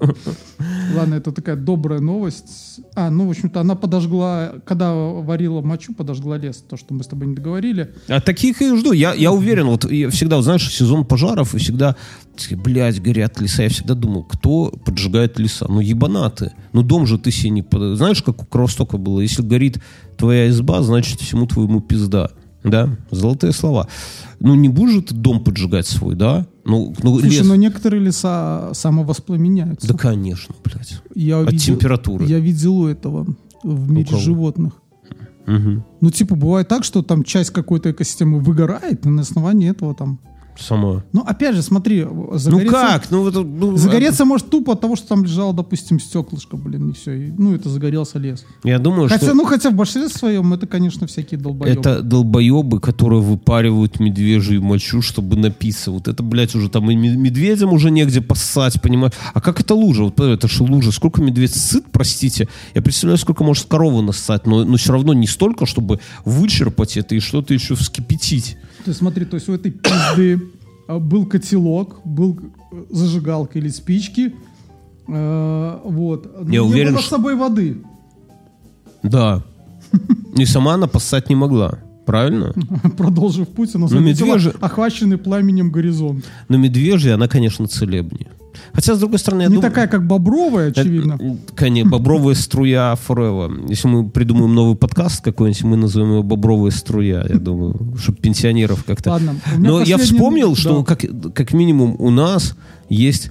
[SPEAKER 3] Ладно, это такая добрая новость. А, ну, в общем-то, она подожгла, когда варила мочу, подожгла лес. То, что мы с тобой не договорили.
[SPEAKER 2] А таких и жду. Я, я уверен, вот я всегда, вот, знаешь, сезон пожаров, и всегда, блядь, горят леса. Я всегда думал, кто поджигает леса? Ну, ебанаты. Ну, дом же ты себе не... Под... Знаешь, как у Кровостока было? Если горит твоя изба, значит, всему твоему пизда. Да? Золотые слова. Ну, не будешь же ты дом поджигать свой, да? Ну, ну,
[SPEAKER 3] Слушай,
[SPEAKER 2] лес...
[SPEAKER 3] но некоторые леса самовоспламеняются.
[SPEAKER 2] Да, конечно, блядь.
[SPEAKER 3] Я
[SPEAKER 2] От
[SPEAKER 3] видел,
[SPEAKER 2] температуры.
[SPEAKER 3] Я видел у этого в мире животных.
[SPEAKER 2] Угу.
[SPEAKER 3] Ну, типа, бывает так, что там часть какой-то экосистемы выгорает, и на основании этого там...
[SPEAKER 2] Сама.
[SPEAKER 3] Ну, опять же, смотри, загореться...
[SPEAKER 2] Ну как? Ну, это, ну,
[SPEAKER 3] загореться а... может тупо от того, что там лежало, допустим, стеклышко, блин, и все. И, ну, это загорелся лес.
[SPEAKER 2] Я думаю,
[SPEAKER 3] хотя,
[SPEAKER 2] что...
[SPEAKER 3] Ну, хотя в большинстве своем это, конечно, всякие долбоебы.
[SPEAKER 2] Это долбоебы, которые выпаривают медвежью мочу, чтобы напиться. Вот это, блядь, уже там и медведям уже негде поссать, понимаешь? А как это лужа? Вот это же лужа. Сколько медведь сыт, простите? Я представляю, сколько может корову нассать, но, но все равно не столько, чтобы вычерпать это и что-то еще вскипятить.
[SPEAKER 3] Ты смотри, то есть у этой пизды был котелок, был зажигалка или спички, э, вот.
[SPEAKER 2] Я
[SPEAKER 3] не
[SPEAKER 2] уверен,
[SPEAKER 3] было
[SPEAKER 2] что...
[SPEAKER 3] с собой воды.
[SPEAKER 2] Да. И сама она поссать не могла. Правильно?
[SPEAKER 3] Продолжив путь, она заметила медвежьи... охваченный пламенем горизонт.
[SPEAKER 2] Но медвежья, она, конечно, целебнее. Хотя, с другой стороны, я
[SPEAKER 3] не
[SPEAKER 2] думаю...
[SPEAKER 3] такая, как бобровая, очевидно.
[SPEAKER 2] Конечно, бобровая струя forever. Если мы придумаем новый подкаст какой-нибудь, мы назовем его «Бобровая струя», я думаю, чтобы пенсионеров как-то...
[SPEAKER 3] Ладно.
[SPEAKER 2] Но
[SPEAKER 3] последний...
[SPEAKER 2] я вспомнил,
[SPEAKER 3] да.
[SPEAKER 2] что как, как минимум у нас есть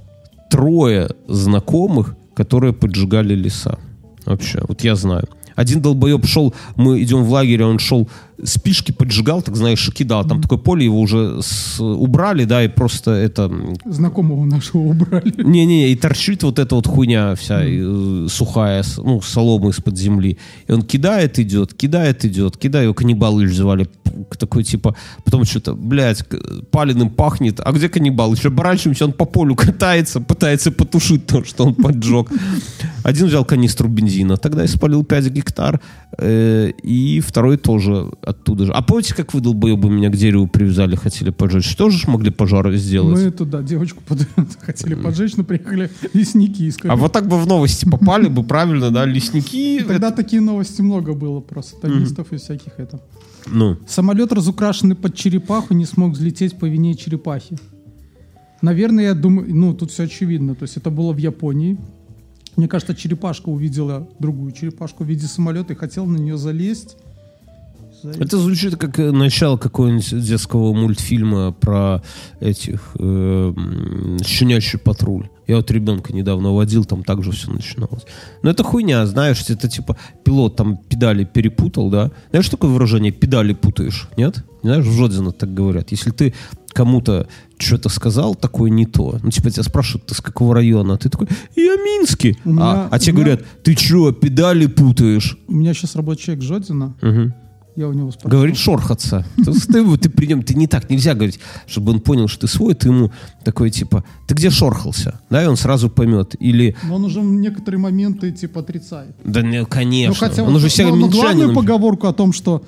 [SPEAKER 2] трое знакомых, которые поджигали леса. Вообще, вот я знаю. Один долбоеб шел, мы идем в лагерь, он шел, спички поджигал, так знаешь, кидал. Там mm-hmm. такое поле, его уже с, убрали, да, и просто это...
[SPEAKER 3] Знакомого нашего убрали.
[SPEAKER 2] Не-не, и торчит вот эта вот хуйня вся, mm-hmm. и, сухая, ну, солома из-под земли. И он кидает, идет, кидает, идет, кидает, его каннибал Ильич звали. Такой типа, потом что-то, блядь, паленым пахнет. А где каннибал? Еще оборачиваемся, он по полю катается, пытается потушить то, что он поджег. Один взял канистру бензина, тогда и спалил пять гектар, э, и второй тоже оттуда же. А помните, как вы, долбоебы, меня к дереву привязали, хотели поджечь? Тоже ж могли пожар сделать?
[SPEAKER 3] Мы туда девочку под... хотели поджечь, но приехали лесники искали.
[SPEAKER 2] А вот так бы в новости попали бы, правильно, да, лесники.
[SPEAKER 3] Тогда такие новости много было, просто тонистов и всяких это.
[SPEAKER 2] Ну.
[SPEAKER 3] Самолет, разукрашенный под черепаху, не смог взлететь по вине черепахи. Наверное, я думаю, ну, тут все очевидно. То есть это было в Японии. Мне кажется, черепашка увидела другую черепашку в виде самолета и хотела на нее залезть. залезть.
[SPEAKER 2] Это звучит как начало какого-нибудь детского мультфильма про этих э, щенячий патруль. Я вот ребенка недавно водил, там также все начиналось. Но это хуйня, знаешь, это типа пилот там педали перепутал, да? Знаешь, что такое выражение «педали путаешь»? Нет? Не знаешь, в Жодино так говорят. Если ты кому-то что-то сказал, такое не то. Ну, типа, тебя спрашивают, ты с какого района? А ты такой, я Минский.
[SPEAKER 3] Меня,
[SPEAKER 2] а а тебе
[SPEAKER 3] меня...
[SPEAKER 2] говорят, ты что, педали путаешь?
[SPEAKER 3] У меня сейчас работает человек Жодино.
[SPEAKER 2] Угу.
[SPEAKER 3] Я у него спрашиваю.
[SPEAKER 2] Говорит шорхаться. Ты, ты при нем, ты не так, нельзя говорить, чтобы он понял, что ты свой, ты ему такой, типа, ты где шорхался? Да, и он сразу поймет. Или...
[SPEAKER 3] Но он уже в некоторые моменты, типа, отрицает.
[SPEAKER 2] Да, не, конечно.
[SPEAKER 3] Ну, хотя
[SPEAKER 2] он
[SPEAKER 3] вот,
[SPEAKER 2] уже себя
[SPEAKER 3] но, но главную
[SPEAKER 2] минчанином...
[SPEAKER 3] поговорку о том, что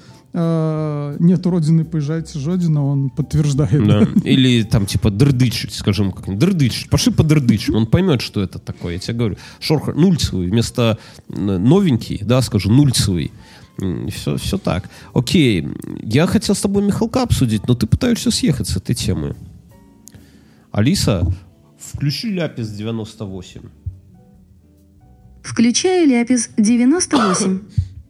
[SPEAKER 3] э, нет родины, поезжайте Жодино, он подтверждает.
[SPEAKER 2] Да. Или там, типа, дырдычить, скажем, как дырдычить. Пошли подырдычим. Он поймет, что это такое. Я тебе говорю, шорх нульцевый. Вместо новенький, да, скажу, нульцевый. Все, все так. Окей, я хотел с тобой Михалка обсудить, но ты пытаешься съехать с этой темы. Алиса, включи Ляпис девяносто восемь.
[SPEAKER 4] Включаю Ляпис девяносто восемь.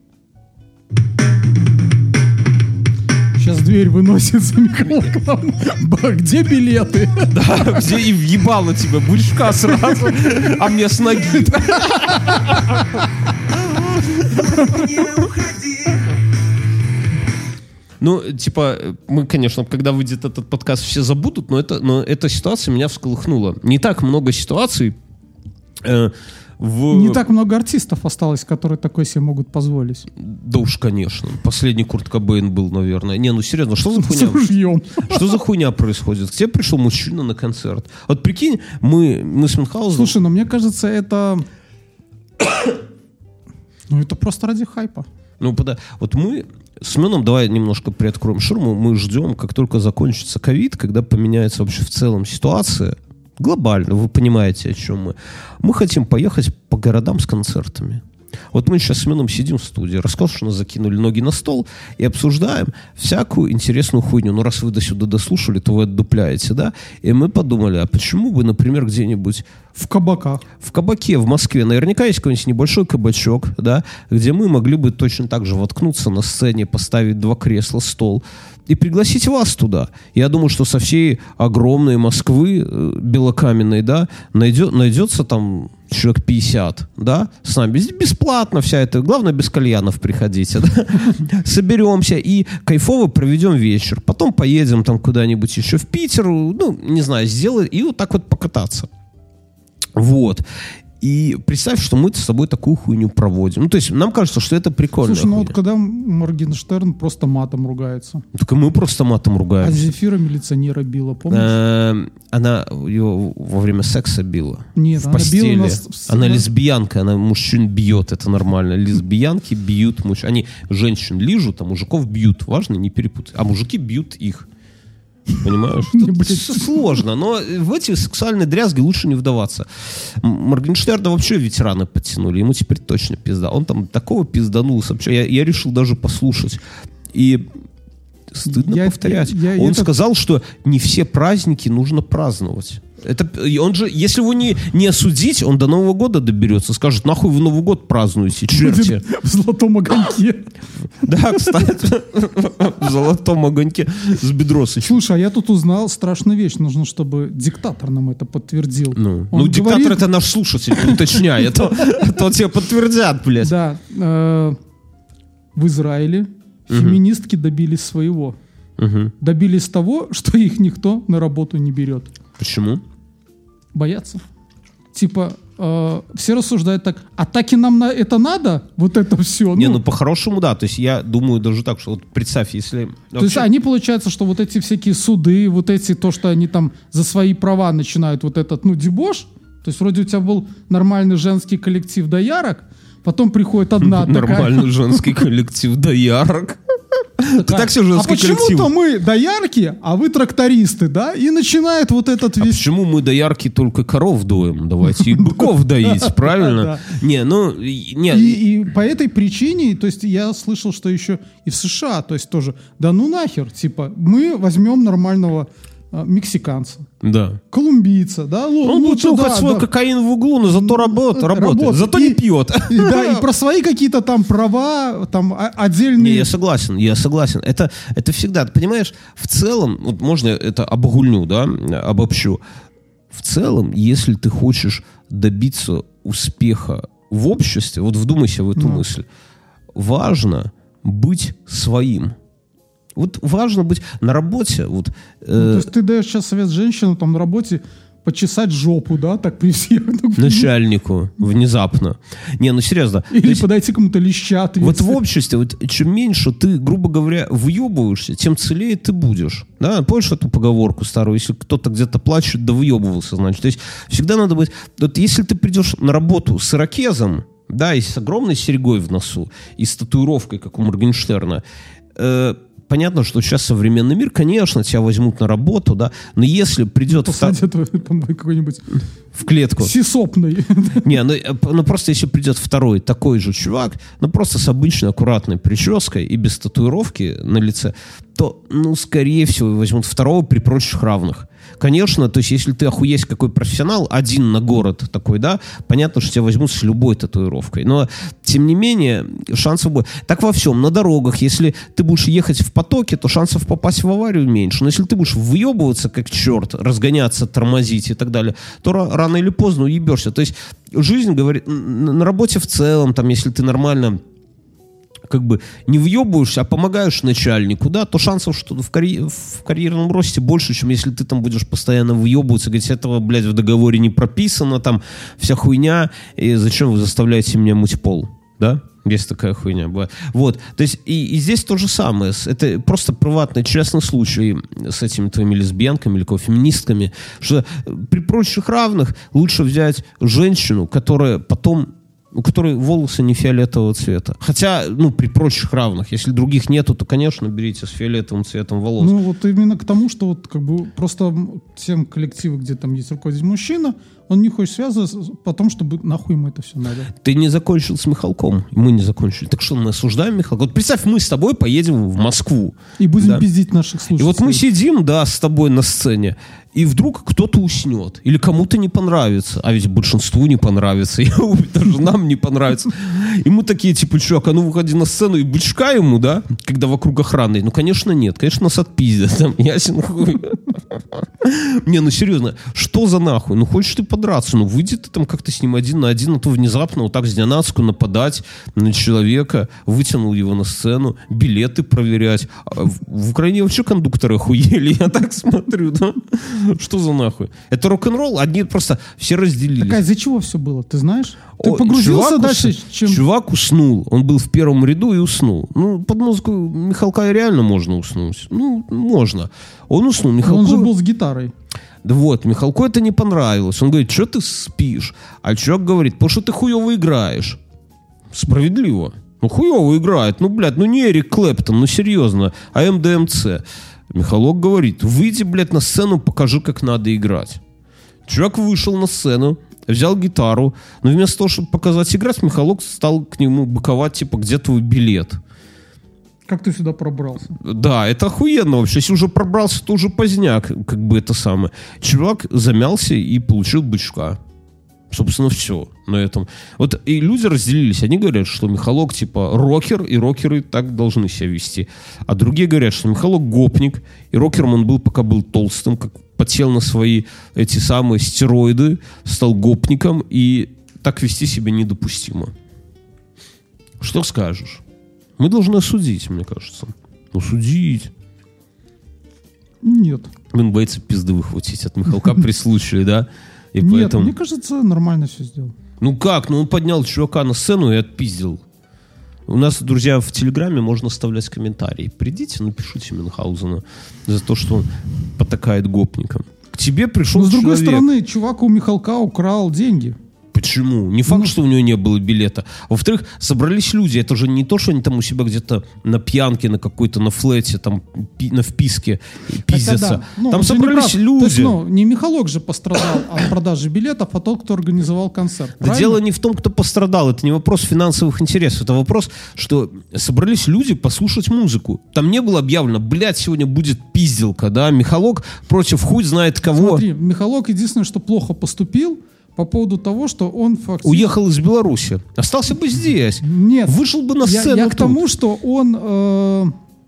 [SPEAKER 3] Сейчас дверь выносит за Михалком. Где билеты?
[SPEAKER 2] Да, где и въебало тебя, бычка сразу, а мне с ноги. Ну, типа, мы, конечно, когда выйдет этот подкаст, все забудут, но, это, но эта ситуация меня всколыхнула. Не так много ситуаций э, в...
[SPEAKER 3] Не так много артистов осталось, которые такое себе могут позволить.
[SPEAKER 2] Да уж, конечно. Последний Курт Кобейн был, наверное. Не, ну серьезно, что за хуйня?
[SPEAKER 3] С ружьем.
[SPEAKER 2] Что за хуйня происходит? К тебе пришел мужчина на концерт. Вот прикинь, мы, мы с Мюнхгаузеном...
[SPEAKER 3] Слушай, ну мне кажется, это... Ну, это просто ради хайпа.
[SPEAKER 2] Ну, пода... вот мы с Семеном, давай немножко приоткроем ширму, мы ждем, как только закончится ковид, когда поменяется вообще в целом ситуация, глобально, вы понимаете, о чем мы. Мы хотим поехать по городам с концертами. Вот мы сейчас с Семеном сидим в студии, роскошно закинули ноги на стол и обсуждаем всякую интересную хуйню. Ну, раз вы до сюда дослушали, то вы отдупляете, да? И мы подумали, а почему бы, например, где-нибудь...
[SPEAKER 3] В кабаках.
[SPEAKER 2] В кабаке в Москве наверняка есть какой-нибудь небольшой кабачок, да, где мы могли бы точно так же воткнуться на сцене, поставить два кресла, стол и пригласить вас туда. Я думаю, что со всей огромной Москвы, белокаменной, да, найдет, найдется там человек пятьдесят, да, с нами бесплатно вся это, главное, без кальянов приходите, да? Соберемся и кайфово проведем вечер, потом поедем там куда-нибудь еще в Питер, ну, не знаю, сделать, и вот так вот покататься. Вот. И представь, что мы с тобой такую хуйню проводим. Ну, то есть, нам кажется, что это прикольно.
[SPEAKER 3] Слушай, ну вот когда Моргенштерн просто матом ругается.
[SPEAKER 2] Так и мы просто матом ругаемся.
[SPEAKER 3] А Земфира милиционера била, помнишь?
[SPEAKER 2] Она ее во время секса била.
[SPEAKER 3] Нет,
[SPEAKER 2] в
[SPEAKER 3] она
[SPEAKER 2] постели.
[SPEAKER 3] била нас...
[SPEAKER 2] Она лесбиянка, она мужчин бьет, это нормально. Лесбиянки бьют мужчин. Они женщин лижут, а мужиков бьют. Важно не перепутать. А мужики бьют их. Понимаешь? Тут сложно, но в эти сексуальные дрязги лучше не вдаваться. Моргенштерна вообще ветераны подтянули, ему теперь точно пизда. Он там такого пизданулся. Я, я решил даже послушать. И стыдно я, повторять. Я, я, Он это... сказал, что не все праздники нужно праздновать. Это, он же, если его не, не осудить, он до Нового года доберется, скажет, нахуй вы Новый год празднуете, черти.
[SPEAKER 3] В золотом огоньке.
[SPEAKER 2] Да, кстати, в золотом огоньке с Бедросычем.
[SPEAKER 3] Слушай, а я тут узнал страшную вещь. Нужно, чтобы диктатор нам это подтвердил.
[SPEAKER 2] Ну, ну диктатор это наш слушатель, уточняй. Это тебе подтвердят, блядь.
[SPEAKER 3] Да. В Израиле феминистки добились своего. Добились того, что их никто на работу не берет.
[SPEAKER 2] Почему?
[SPEAKER 3] Боятся. Типа, э, все рассуждают так, а так и нам на это надо? Вот это все.
[SPEAKER 2] Не,
[SPEAKER 3] ну,
[SPEAKER 2] ну по-хорошему, да. То есть я думаю даже так, что вот представь, если...
[SPEAKER 3] То
[SPEAKER 2] вообще...
[SPEAKER 3] есть они, получается, что вот эти всякие суды, вот эти, то, что они там за свои права начинают вот этот, ну, дебош. То есть вроде у тебя был нормальный женский коллектив доярок, потом приходит одна такая...
[SPEAKER 2] Нормальный женский коллектив доярок. Так все женский коллектив.
[SPEAKER 3] А почему-то мы доярки, а вы трактористы, да? И начинает вот этот весь...
[SPEAKER 2] А почему мы доярки только коров доим? Давайте и быков доить, правильно? Не, ну...
[SPEAKER 3] И по этой причине, то есть я слышал, что еще и в США, то есть тоже, да ну нахер, типа, мы возьмем нормального мексиканца,
[SPEAKER 2] да,
[SPEAKER 3] колумбийца, да,
[SPEAKER 2] он будет трогать свой да. кокаин в углу, но зато работает, работает, работает. зато и, не пьет.
[SPEAKER 3] И, да, и про свои какие-то там права, там отдельные.
[SPEAKER 2] Не, я согласен, я согласен. Это, это всегда, понимаешь, в целом, вот можно это обогульню, да, обобщу. В целом, если ты хочешь добиться успеха в обществе, вот вдумайся в эту mm. мысль, важно быть своим. Вот важно быть на работе. Вот, э...
[SPEAKER 3] ну, то есть ты даешь сейчас совет женщинам там на работе почесать жопу, да, так при всех.
[SPEAKER 2] Начальнику внезапно. Не, ну серьезно.
[SPEAKER 3] Или есть, подойти кому-то леща.
[SPEAKER 2] Вот в обществе, вот, чем меньше ты, грубо говоря, въебываешься, тем целее ты будешь. Да? Помнишь эту поговорку старую? Если кто-то где-то плачет, да въебывался, значит. То есть всегда надо быть... Вот если ты придешь на работу с ирокезом, да, и с огромной серьгой в носу, и с татуировкой, как у Моргенштерна, э, понятно, что сейчас современный мир, конечно, тебя возьмут на работу, да, но если придет...
[SPEAKER 3] Посадят втор... какой-нибудь...
[SPEAKER 2] В клетку.
[SPEAKER 3] Сисопный.
[SPEAKER 2] Не, ну, ну просто если придет второй такой же чувак, ну просто с обычной аккуратной прической и без татуировки на лице, то, ну, скорее всего, возьмут второго при прочих равных. Конечно, то есть если ты охуеть какой профессионал, один на город такой, да, понятно, что тебя возьмут с любой татуировкой. Но, тем не менее, шансов будет. Так во всем. На дорогах, если ты будешь ехать в потоке, то шансов попасть в аварию меньше. Но если ты будешь въебываться как черт, разгоняться, тормозить и так далее, то рано или поздно уебешься. То есть жизнь говорит, на работе в целом, там, если ты нормально как бы не въебываешься, а помогаешь начальнику, да, то шансов, что в, карьер, в карьерном росте больше, чем если ты там будешь постоянно въебываться, говорить, этого, блядь, в договоре не прописано, там вся хуйня, и зачем вы заставляете меня мыть пол, да? Есть такая хуйня. Вот. То есть и, и здесь то же самое. Это просто приватный, честный случай с этими твоими лесбиянками или феминистками, что при прочих равных лучше взять женщину, которая потом у которой волосы не фиолетового цвета. Хотя, ну, при прочих равных. Если других нету, то, конечно, берите с фиолетовым цветом волос.
[SPEAKER 3] Ну, вот именно к тому, что вот как бы просто тем коллективы, где там есть руководитель мужчина, он не хочет связываться, потому что нахуй ему это все надо.
[SPEAKER 2] Ты не закончил с Михалком, мы не закончили. Так что мы осуждаем Михалка? Вот представь, мы с тобой поедем в Москву.
[SPEAKER 3] И будем да? пиздить наших слушателей.
[SPEAKER 2] И вот мы сидим, да, с тобой на сцене, и вдруг кто-то уснет. Или кому-то не понравится. А ведь большинству не понравится. И даже нам не понравится. И мы такие, типа, чувак, а ну выходи на сцену и бычка ему, да? Когда вокруг охраны. Ну, конечно, нет. Конечно, нас отпиздят. Там, ясен хуй. Не, ну серьезно, что за нахуй? Ну хочешь ты подраться, ну выйди ты там как-то с ним один на один, а то внезапно вот так с Донацку нападать на человека, вытянул его на сцену, билеты проверять. В Украине вообще кондукторы охуели, я так смотрю, да? Что за нахуй? Это рок-н-ролл, одни просто все разделились.
[SPEAKER 3] Так а из-за чего все было, ты знаешь? Ты
[SPEAKER 2] О,
[SPEAKER 3] погрузился
[SPEAKER 2] чувак
[SPEAKER 3] дальше,
[SPEAKER 2] ус...
[SPEAKER 3] чем...
[SPEAKER 2] Чувак уснул. Он был в первом ряду и уснул. Ну, под музыку Михалка реально можно уснуть. Ну, можно. Он уснул. Михалко...
[SPEAKER 3] Он же был с гитарой.
[SPEAKER 2] Да вот, Михалку это не понравилось. Он говорит, что ты спишь? А чувак говорит, потому что ты хуево играешь. Справедливо. Ну, хуево играет. Ну, блядь, ну не Эрик Клэптон, ну серьезно. А эм дэ эм цэ. Михалок говорит, выйди, блядь, на сцену, покажи, как надо играть. Чувак вышел на сцену, взял гитару, но вместо того, чтобы показать играть, Михалок стал к нему быковать, типа, где твой билет?
[SPEAKER 3] Как ты сюда пробрался?
[SPEAKER 2] Да, это охуенно вообще. Если уже пробрался, то уже поздняк, как бы это самое. Чувак замялся и получил бычка. Собственно, все на этом. Вот и люди разделились. Они говорят, что Михалок, типа, рокер, и рокеры так должны себя вести. А другие говорят, что Михалок гопник, и рокером он был, пока был толстым, как подсел на свои эти самые стероиды, стал гопником, и так вести себя недопустимо. Что скажешь? Мы должны осудить, мне кажется. Ну, судить.
[SPEAKER 3] Нет.
[SPEAKER 2] Блин, боится пизды выхватить от Михалка при случае, да? И
[SPEAKER 3] Нет,
[SPEAKER 2] поэтому...
[SPEAKER 3] мне кажется, нормально все сделал.
[SPEAKER 2] Ну как? Ну он поднял чувака на сцену и отпиздил. У нас, друзья, в Телеграме можно оставлять комментарии. Придите, напишите Мюнхгаузену за то, что он потакает гопникам. К тебе пришел человек...
[SPEAKER 3] Но с другой стороны, чувак у Михалка украл деньги.
[SPEAKER 2] Почему? Не факт,
[SPEAKER 3] Ну,
[SPEAKER 2] что у него не было билета. Во-вторых, собрались люди. Это же не то, что они там у себя где-то на пьянке, на какой-то, на флете, там, пи- на вписке пиздятся.
[SPEAKER 3] Да. Ну,
[SPEAKER 2] там
[SPEAKER 3] он же не
[SPEAKER 2] собрались
[SPEAKER 3] прав.
[SPEAKER 2] люди.
[SPEAKER 3] То есть, ну, не Михалок же пострадал от продажи билетов, а тот, кто организовал концерт.
[SPEAKER 2] Да
[SPEAKER 3] Правильно?
[SPEAKER 2] дело не в том, кто пострадал. Это не вопрос финансовых интересов. Это вопрос, что собрались люди послушать музыку. Там не было объявлено, блядь, сегодня будет пизделка, да? Михалок против хуй знает кого.
[SPEAKER 3] Смотри, Михалок единственное, что плохо поступил по поводу того, что он фактически...
[SPEAKER 2] Уехал из Беларуси. Остался бы здесь.
[SPEAKER 3] Нет.
[SPEAKER 2] Вышел бы на
[SPEAKER 3] Я,
[SPEAKER 2] сцену
[SPEAKER 3] я
[SPEAKER 2] тут.
[SPEAKER 3] к тому, что он э,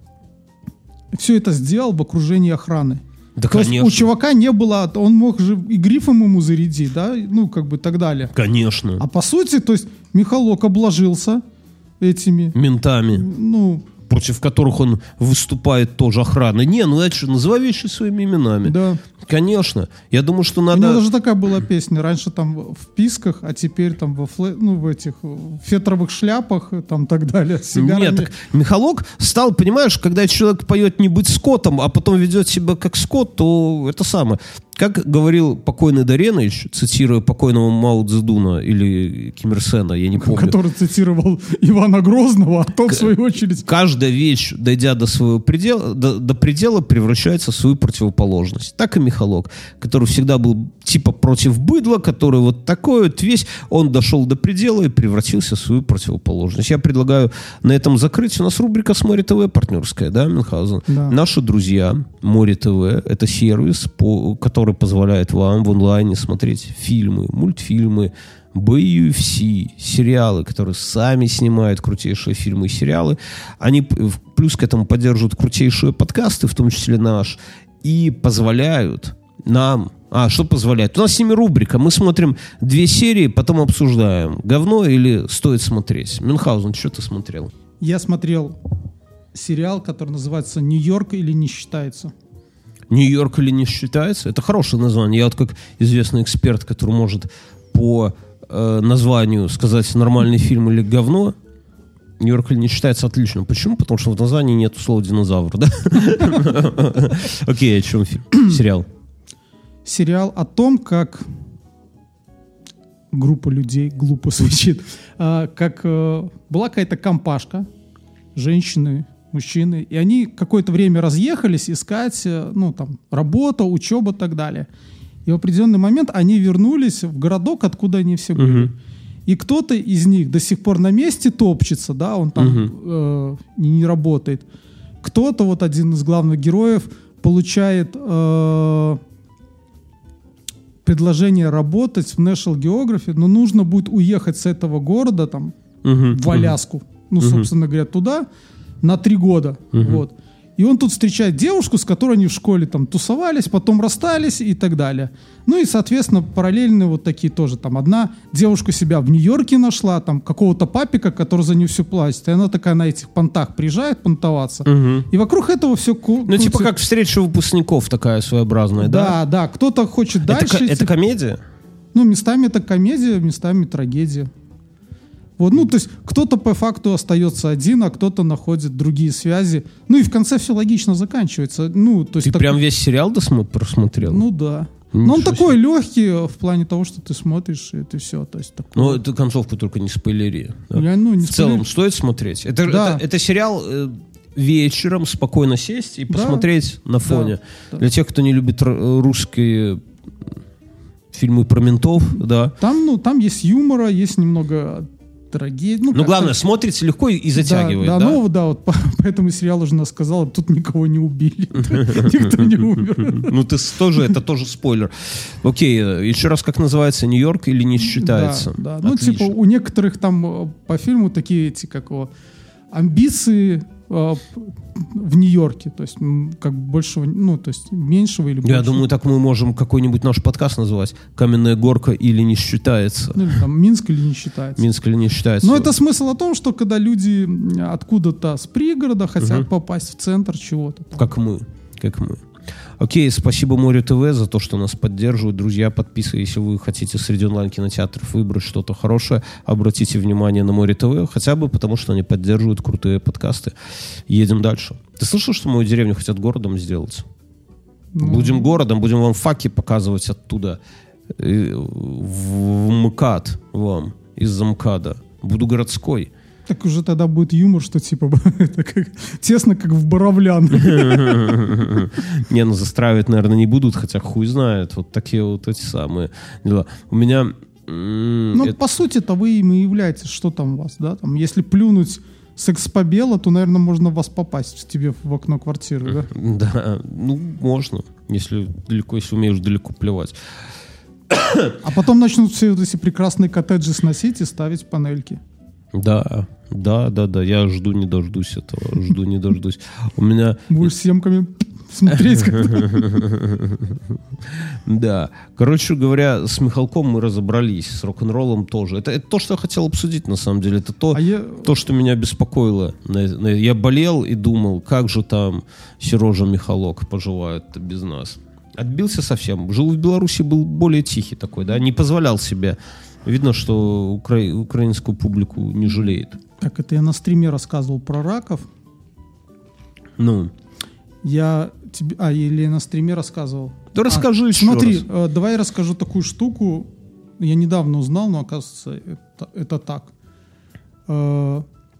[SPEAKER 3] все это сделал в окружении охраны.
[SPEAKER 2] Да,
[SPEAKER 3] То есть
[SPEAKER 2] конечно.
[SPEAKER 3] у чувака не было... Он мог же и грифом ему зарядить, да? Ну, как бы так далее.
[SPEAKER 2] Конечно.
[SPEAKER 3] А по сути, то есть Михалок обложился этими...
[SPEAKER 2] Ментами,
[SPEAKER 3] Ну,
[SPEAKER 2] против которых он выступает тоже охрана. Не, ну это что, называй вещи своими именами.
[SPEAKER 3] да.
[SPEAKER 2] Конечно. Я думаю, что
[SPEAKER 3] У
[SPEAKER 2] надо...
[SPEAKER 3] него даже такая была песня. Раньше там в писках, а теперь там во фле... ну, в этих в фетровых шляпах, там так далее. С сигарами.
[SPEAKER 2] Нет, так Михалок стал, понимаешь, когда человек поет не быть скотом, а потом ведет себя как скот, то это самое. Как говорил покойный Доренович, цитируя покойного Мао Цзэдуна или Ким Ир Сена, я не помню.
[SPEAKER 3] Который цитировал Ивана Грозного, а тот, в свою очередь...
[SPEAKER 2] Каждая вещь, дойдя до своего предела, до, до предела, превращается в свою противоположность. Так и Михалок, который всегда был типа против быдла, который вот такой вот весь, он дошел до предела и превратился в свою противоположность. Я предлагаю на этом закрыть. У нас рубрика с Море ТВ партнерская, да, Мюнхгаузен?
[SPEAKER 3] Да.
[SPEAKER 2] Наши друзья, Море ТВ, это сервис, по, который позволяет вам в онлайне смотреть фильмы, мультфильмы, бои ю эф си, сериалы, которые сами снимают крутейшие фильмы и сериалы. Они плюс к этому поддерживают крутейшие подкасты, в том числе наш, и позволяют нам... А, что позволяет? У нас с ними рубрика. Мы смотрим две серии, потом обсуждаем, говно или стоит смотреть. Мюнхгаузен, что ты смотрел?
[SPEAKER 3] Я смотрел сериал, который называется «Нью-Йорк или не считается».
[SPEAKER 2] Нью-Йорк или не считается? Это хорошее название. Я вот как известный эксперт, который может по э, названию сказать нормальный фильм или говно, Нью-Йорк или не считается, отлично. Почему? Потому что в названии нет слова динозавр, да? Окей, о чем фильм? Сериал.
[SPEAKER 3] Сериал о том, как группа людей, глупо звучит, а, как а, была какая-то компашка, женщины, мужчины, и они какое-то время разъехались искать, ну, там, работа, учеба и так далее. И в определенный момент они вернулись в городок, откуда они все были.
[SPEAKER 2] Мгм.
[SPEAKER 3] И кто-то из них до сих пор на месте топчется, да, он там
[SPEAKER 2] Мгм.
[SPEAKER 3] э, не, не работает. Кто-то, вот один из главных героев, получает э, предложение работать в National Geographic, но нужно будет уехать с этого города там
[SPEAKER 2] Мгм.
[SPEAKER 3] в Аляску, ну,
[SPEAKER 2] Мгм.
[SPEAKER 3] собственно говоря, туда на три года.
[SPEAKER 2] Мгм.
[SPEAKER 3] Вот. И он тут встречает девушку, с которой они в школе там тусовались, потом расстались и так далее. Ну и, соответственно, параллельные вот такие тоже. Там одна девушка себя в Нью-Йорке нашла, там какого-то папика, который за нее все платит. И она такая на этих понтах приезжает понтоваться.
[SPEAKER 2] Угу.
[SPEAKER 3] И вокруг этого все крутится.
[SPEAKER 2] Ну, типа как встреча выпускников такая своеобразная, да?
[SPEAKER 3] Да, да. Кто-то хочет
[SPEAKER 2] Это,
[SPEAKER 3] дальше.
[SPEAKER 2] ко- это комедия?
[SPEAKER 3] Ну, местами это комедия, местами трагедия. Вот, ну, то есть кто-то по факту остается один, а кто-то находит другие связи. Ну и в конце все логично заканчивается. Ну, то есть
[SPEAKER 2] Ты
[SPEAKER 3] так...
[SPEAKER 2] прям весь сериал досмотр просмотрел?
[SPEAKER 3] Ну да.
[SPEAKER 2] Ничего
[SPEAKER 3] Но он
[SPEAKER 2] себе.
[SPEAKER 3] такой легкий в плане того, что ты смотришь, и это все. То есть, такое...
[SPEAKER 2] Ну, эту концовку только не спойлери. Да?
[SPEAKER 3] Я, ну, не
[SPEAKER 2] в целом,
[SPEAKER 3] спойлер...
[SPEAKER 2] стоит смотреть? Это,
[SPEAKER 3] Да.
[SPEAKER 2] это, это сериал э, вечером спокойно сесть и посмотреть
[SPEAKER 3] Да.
[SPEAKER 2] на фоне.
[SPEAKER 3] Да.
[SPEAKER 2] Для тех, кто не любит р- русские фильмы про ментов, да.
[SPEAKER 3] Там, ну, там есть юмора, есть немного трагедии. Ну,
[SPEAKER 2] Но
[SPEAKER 3] как-то-
[SPEAKER 2] главное, смотрится легко и затягивает, да?
[SPEAKER 3] Да, да, ну, да, вот по, по этому сериалу жена сказала, тут никого не убили, никто не умер.
[SPEAKER 2] Ну, ты с- тоже, это тоже спойлер. Окей, э, еще раз, как называется, Нью-Йорк или не считается?
[SPEAKER 3] Да, да. Ну,
[SPEAKER 2] Отлично.
[SPEAKER 3] типа, у некоторых там э, по фильму такие эти, как его, амбиции э, в Нью-Йорке. То есть, м, как большего, ну, то есть, меньшего или большего.
[SPEAKER 2] Я думаю, так мы можем какой-нибудь наш подкаст называть «Каменная горка» или «Не считается».
[SPEAKER 3] Ну, или там Минск или не считается.
[SPEAKER 2] Минск или «Не считается».
[SPEAKER 3] Но это смысл о том, что когда люди м, откуда-то с пригорода хотят
[SPEAKER 2] Мгм.
[SPEAKER 3] попасть в центр чего-то. там.
[SPEAKER 2] Как мы, как мы. Окей, спасибо Море ТВ за то, что нас поддерживают. Друзья, подписывайтесь, если вы хотите среди онлайн-кинотеатров выбрать что-то хорошее, обратите внимание на Море ТВ, хотя бы потому, что они поддерживают крутые подкасты. Едем дальше. Ты слышал, что мою деревню хотят городом сделать?
[SPEAKER 3] Ну,
[SPEAKER 2] Будем городом, будем вам факи показывать оттуда. э, В МКАД вам, из-за МКАДа. Буду городской.
[SPEAKER 3] Так уже тогда будет юмор, что типа это как, тесно, как в Боровлян.
[SPEAKER 2] Не, ну застраивать, наверное, не будут, хотя хуй знает. Вот такие вот эти самые дела. У меня... м,
[SPEAKER 3] Ну,
[SPEAKER 2] это-
[SPEAKER 3] по сути-то вы им и являетесь. Что там у вас, да? Там, если плюнуть секс-побела, то, наверное, можно в вас попасть тебе в окно квартиры, да?
[SPEAKER 2] Да, ну, можно, если далеко, если умеешь далеко плевать.
[SPEAKER 3] А потом начнут все вот эти прекрасные коттеджи сносить и ставить панельки.
[SPEAKER 2] Да, да, да, да, я жду, не дождусь этого, жду, не дождусь. У меня...
[SPEAKER 3] Будешь съемками смотреть, как
[SPEAKER 2] Да. Короче говоря, с Михалком мы разобрались, с рок-н-роллом тоже. Это, это то, что я хотел обсудить, на самом деле. Это то,
[SPEAKER 3] А я...
[SPEAKER 2] то что меня беспокоило. На- на- Я болел и думал, как же там Сережа Михалок поживает без нас. Отбился совсем. Жил в Беларуси, был более тихий такой, да, не позволял себе. Видно, что укра- украинскую публику не жалеет.
[SPEAKER 3] Так, это я на стриме рассказывал про раков.
[SPEAKER 2] Ну,
[SPEAKER 3] Я тебе... А, или я на стриме рассказывал.
[SPEAKER 2] да
[SPEAKER 3] А,
[SPEAKER 2] расскажи еще
[SPEAKER 3] Смотри,
[SPEAKER 2] раз.
[SPEAKER 3] э, давай я расскажу такую штуку. Я недавно узнал, но оказывается, это, это так. Э,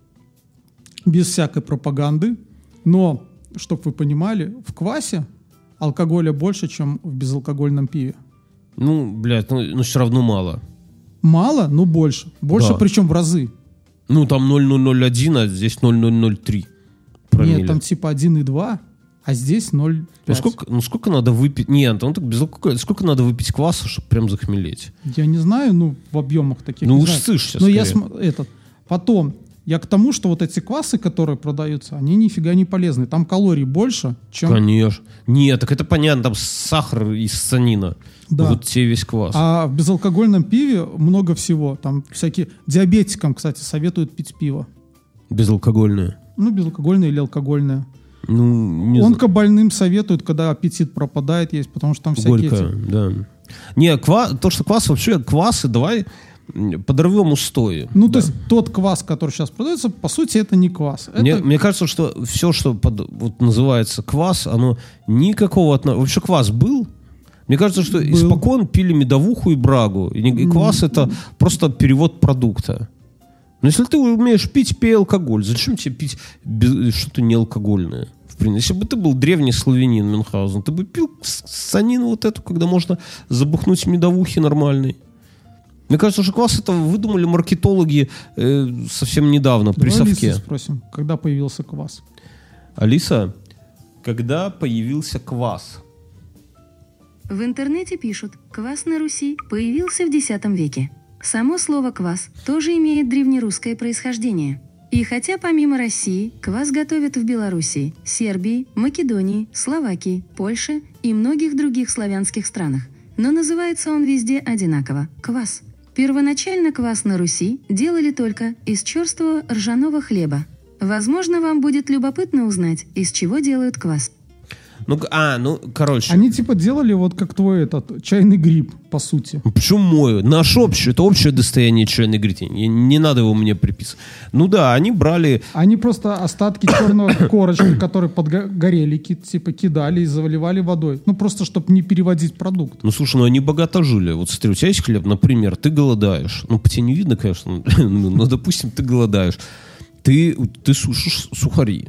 [SPEAKER 3] без всякой пропаганды. Но, чтобы вы понимали, в квасе алкоголя больше, чем в безалкогольном пиве.
[SPEAKER 2] Ну, блядь, ну, ну все равно мало.
[SPEAKER 3] Мало, но больше. Больше,
[SPEAKER 2] Да.
[SPEAKER 3] причем в разы.
[SPEAKER 2] Ну, там ноль ноль ноль один, а здесь ноль ноль ноль три промилле.
[SPEAKER 3] Нет, там типа один и два, а здесь ноль целых пять.
[SPEAKER 2] Ну сколько, ну сколько надо выпить? Нет, ну так без алкоголя. Сколько надо выпить кваса, чтобы прям захмелеть?
[SPEAKER 3] Я не знаю, ну, в объемах таких.
[SPEAKER 2] Ну
[SPEAKER 3] не
[SPEAKER 2] уж
[SPEAKER 3] знаю.
[SPEAKER 2] сышься
[SPEAKER 3] Но я
[SPEAKER 2] скорее.
[SPEAKER 3] см- этот. Потом, я к тому, что вот эти квасы, которые продаются, они нифига не полезны. Там калорий больше, чем...
[SPEAKER 2] Конечно. Нет, так это понятно, там сахар и санина.
[SPEAKER 3] Да.
[SPEAKER 2] Вот тебе весь квас.
[SPEAKER 3] А в безалкогольном пиве много всего. Там всякие... Диабетикам, кстати, советуют пить пиво.
[SPEAKER 2] Безалкогольное.
[SPEAKER 3] Ну, безалкогольное или алкогольное.
[SPEAKER 2] Ну, не знаю.
[SPEAKER 3] Онкобольным советуют, когда аппетит пропадает, есть, потому что там всякие...
[SPEAKER 2] Горько,
[SPEAKER 3] эти-
[SPEAKER 2] да. Не, ква... то, что квас, вообще квасы, давай м, подорвем устои.
[SPEAKER 3] Ну,
[SPEAKER 2] Да.
[SPEAKER 3] то есть тот квас, который сейчас продается, по сути, это не квас. Это...
[SPEAKER 2] Мне, мне кажется, что все, что под- вот называется квас, оно никакого отношения... Вообще квас был? Мне кажется, что
[SPEAKER 3] Был.
[SPEAKER 2] испокон пили медовуху и брагу. И, не- и квас — это просто перевод продукта. Но если ты умеешь пить, пей алкоголь. Зачем тебе пить без- что-то неалкогольное? В принципе, если бы ты был древний славянин Мюнхгаузен, ты бы пил с- санину вот эту, когда можно забухнуть медовухи нормальной. Мне кажется, что квас это выдумали маркетологи э, совсем недавно, при
[SPEAKER 3] Давай
[SPEAKER 2] совке.
[SPEAKER 3] Алису спросим, когда появился квас.
[SPEAKER 2] Алиса, когда появился квас?
[SPEAKER 4] В интернете пишут, квас на Руси появился в X веке. Само слово «квас» тоже имеет древнерусское происхождение. И хотя помимо России квас готовят в Белоруссии, Сербии, Македонии, Словакии, Польше и многих других славянских странах, но называется он везде одинаково – квас. Первоначально квас на Руси делали только из черствого ржаного хлеба. Возможно, вам будет любопытно узнать, из чего делают квас.
[SPEAKER 2] Ну, а, ну, короче.
[SPEAKER 3] Они типа делали вот как твой этот чайный гриб, по сути.
[SPEAKER 2] Почему мой? Наш общий, это общее достояние чайной гриб. Не, не надо его мне приписывать. Ну да, они брали...
[SPEAKER 3] Они просто остатки черного корочки, которые подгорели, типа кидали и заливали водой. Ну просто, чтобы не переводить продукт.
[SPEAKER 2] Ну слушай, ну они богато жили. Вот смотри, у тебя есть хлеб, например, ты голодаешь. Ну по тебе не видно, конечно, но допустим, ты голодаешь. Ты, ты сушишь сухари.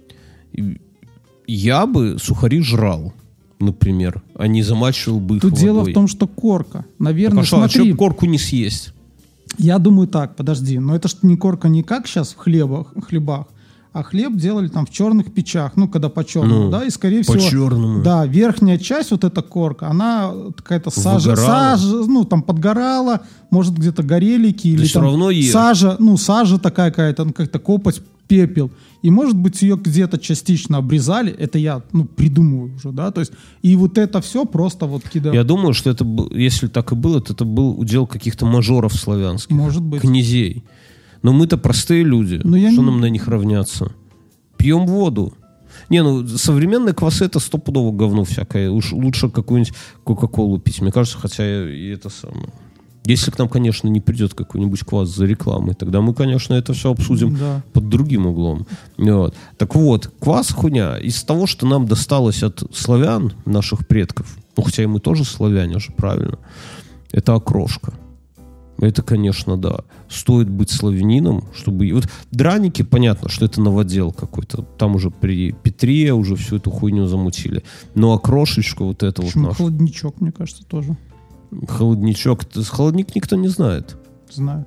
[SPEAKER 2] Я бы сухари жрал, например, а не замачивал бы их
[SPEAKER 3] Тут
[SPEAKER 2] водой.
[SPEAKER 3] дело в том, что корка. Наверное,
[SPEAKER 2] а
[SPEAKER 3] смотри.
[SPEAKER 2] А что корку не съесть?
[SPEAKER 3] Я думаю так, подожди. Но это ж не корка не как сейчас в хлебах, хлебах, а хлеб делали там в черных печах, ну, когда по-черному, ну, да, и скорее всего...
[SPEAKER 2] По-черному.
[SPEAKER 3] Да, верхняя часть, вот эта корка, она какая-то сажа, сажа, ну, там подгорала, может, где-то горелики, или
[SPEAKER 2] все
[SPEAKER 3] там
[SPEAKER 2] равно ешь.
[SPEAKER 3] сажа, ну, сажа такая какая-то, ну, как-то копоть, пепел. И, может быть, ее где-то частично обрезали, это я, ну, придумываю уже, да, то есть, и вот это все просто вот кидали.
[SPEAKER 2] Я думаю, что это, если так и было, то это был удел каких-то мажоров славянских.
[SPEAKER 3] Может быть.
[SPEAKER 2] Князей. Но мы-то простые люди.
[SPEAKER 3] Но я
[SPEAKER 2] что
[SPEAKER 3] не...
[SPEAKER 2] нам на них равняться? Пьем воду. Не, ну, современные квасы — это стопудово говно всякое. Уж лучше какую-нибудь Кока-Колу пить. Мне кажется, хотя и это самое. Если к нам, конечно, не придет какой-нибудь квас за рекламой, тогда мы, конечно, это все обсудим да. под другим углом. Вот. Так вот, квас хуйня. Из того, что нам досталось от славян, наших предков, ну, хотя и мы тоже славяне же, правильно, это окрошка. Это, конечно, да. Стоит быть славянином, чтобы... Вот драники, понятно, что это новодел какой-то. Там уже при Петре уже всю эту хуйню замутили. Но окрошечка вот это вот...
[SPEAKER 3] Наш... Холодничок, мне кажется, тоже.
[SPEAKER 2] Холодничок. Холодник никто не знает.
[SPEAKER 3] Знают.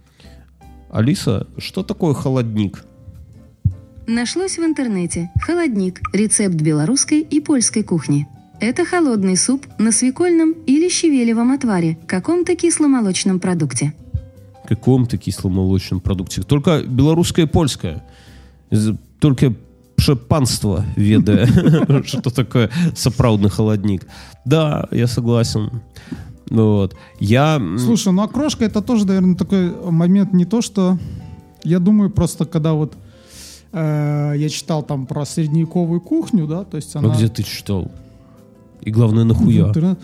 [SPEAKER 2] Алиса, что такое холодник?
[SPEAKER 4] Нашлось в интернете. Холодник. Рецепт белорусской и польской кухни. Это холодный суп на свекольном или щавелевом отваре, каком-то кисломолочном продукте.
[SPEAKER 2] Каком-то кисломолочном продукте. Только белорусское и польское. Только панство ведая, что такое сапраўдны холодник. Да, я согласен. Вот. Я...
[SPEAKER 3] Слушай, ну окрошка это тоже, наверное, такой момент не то, что... Я думаю, просто когда вот э, я читал там про средневековую кухню, да, то есть она...
[SPEAKER 2] А где ты читал? И главное, нахуя?
[SPEAKER 3] Интернет,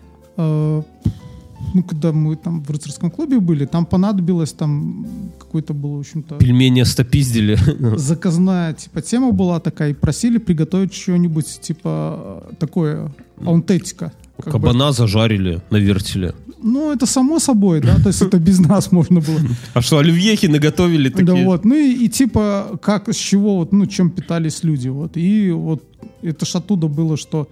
[SPEAKER 3] э, ну, когда мы там в рыцарском клубе были, там понадобилось там какой-то был, в общем-то...
[SPEAKER 2] Пельмени остопиздили.
[SPEAKER 3] Заказная, типа, тема была такая, и просили приготовить что-нибудь, типа, такое, аутентика.
[SPEAKER 2] Кабана бы. Зажарили на вертеле.
[SPEAKER 3] Ну, это само собой, да, то есть это без нас можно было.
[SPEAKER 2] А что, оливьехи наготовили такие?
[SPEAKER 3] Да, вот, ну и, и типа, как, с чего, вот, ну, чем питались люди, вот, и вот это ж оттуда было, что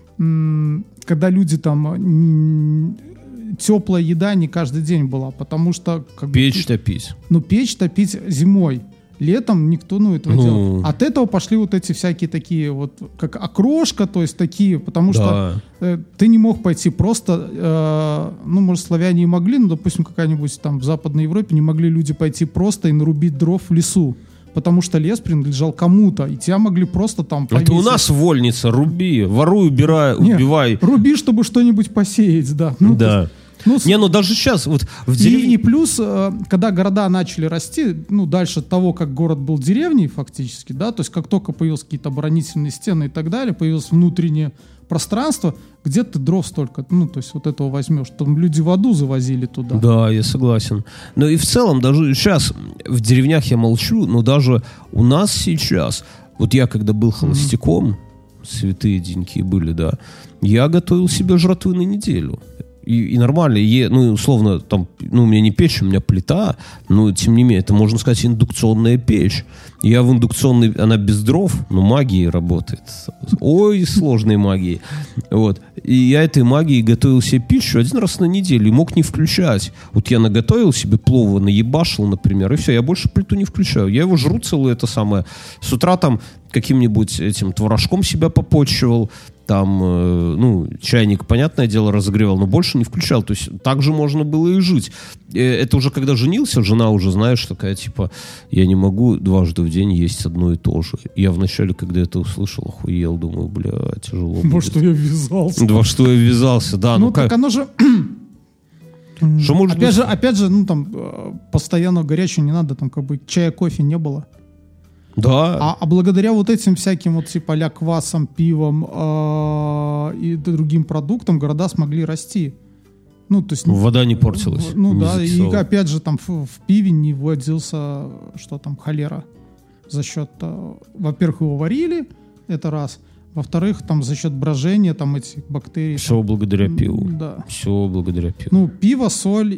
[SPEAKER 3] м- когда люди там, м- теплая еда не каждый день была, потому что... Как
[SPEAKER 2] печь
[SPEAKER 3] бы,
[SPEAKER 2] топить.
[SPEAKER 3] Ну, печь топить зимой. Летом никто, ну, этого
[SPEAKER 2] ну...
[SPEAKER 3] не делал. От этого пошли вот эти всякие такие вот, как окрошка, то есть такие, потому да. что э, ты не мог пойти просто, э, ну, может, славяне и могли, но, допустим, какая-нибудь там в Западной Европе не могли люди пойти просто и нарубить дров в лесу, потому что лес принадлежал кому-то, и тебя могли просто там повесить.
[SPEAKER 2] Это у нас вольница, руби, воруй, убирай, Нет, убивай.
[SPEAKER 3] Руби, чтобы что-нибудь посеять, да. Ну,
[SPEAKER 2] да.
[SPEAKER 3] Есть, ну,
[SPEAKER 2] не, ну даже сейчас вот в
[SPEAKER 3] деревне... и, и плюс, когда города начали расти, ну, дальше того, как город был деревней фактически, да, то есть как только появились какие-то оборонительные стены и так далее, появилось внутреннее пространство, где ты дров столько, ну, то есть вот этого возьмешь. Там люди воду завозили туда.
[SPEAKER 2] Да, я согласен. Но и в целом, даже сейчас в деревнях я молчу, но даже у нас сейчас, вот я когда был холостяком, mm-hmm. святые деньки были, да, я готовил себе жратвы на неделю. И, и нормально, и, ну, условно, там, ну, у меня не печь, у меня плита, но, тем не менее, это, можно сказать, индукционная печь. Я в индукционной, она без дров, но магией работает. Ой, сложной магией. Вот. И я этой магией готовил себе пищу один раз на неделю и мог не включать. Вот я наготовил себе плова, наебашил, например, и все, я больше плиту не включаю. Я его жру целую, это самое. С утра там каким-нибудь этим творожком себя попотчевал, там, э, ну, чайник, понятное дело, разогревал, но больше не включал. То есть так же можно было и жить. Э, это уже когда женился, жена уже, знаешь, такая, типа, я не могу дважды в день есть одно и то же. Я вначале, когда это услышал, охуел, думаю, бля, тяжело будет.
[SPEAKER 3] Во что я ввязался.
[SPEAKER 2] Во что я ввязался, да.
[SPEAKER 3] Ну,
[SPEAKER 2] Ну,
[SPEAKER 3] так
[SPEAKER 2] как?
[SPEAKER 3] оно же...
[SPEAKER 2] Что может
[SPEAKER 3] Опять
[SPEAKER 2] быть?
[SPEAKER 3] же, опять же, ну, там, э, постоянно горячего не надо, там, как бы, чая, кофе не было.
[SPEAKER 2] Да.
[SPEAKER 3] А, а благодаря вот этим всяким вот типа а-ля квасам, пивам э, и другим продуктам города смогли расти. Ну, то есть...
[SPEAKER 2] Вода не портилась.
[SPEAKER 3] Ну
[SPEAKER 2] не
[SPEAKER 3] да, и
[SPEAKER 2] закисала.
[SPEAKER 3] опять же там в, в пиве не вводился, что там, холера. За счет, э, во-первых, его варили, это раз. Во-вторых, там за счет брожения там этих бактерий.
[SPEAKER 2] Все благодаря пиву.
[SPEAKER 3] Да.
[SPEAKER 2] Все благодаря пиву.
[SPEAKER 3] Ну, пиво, соль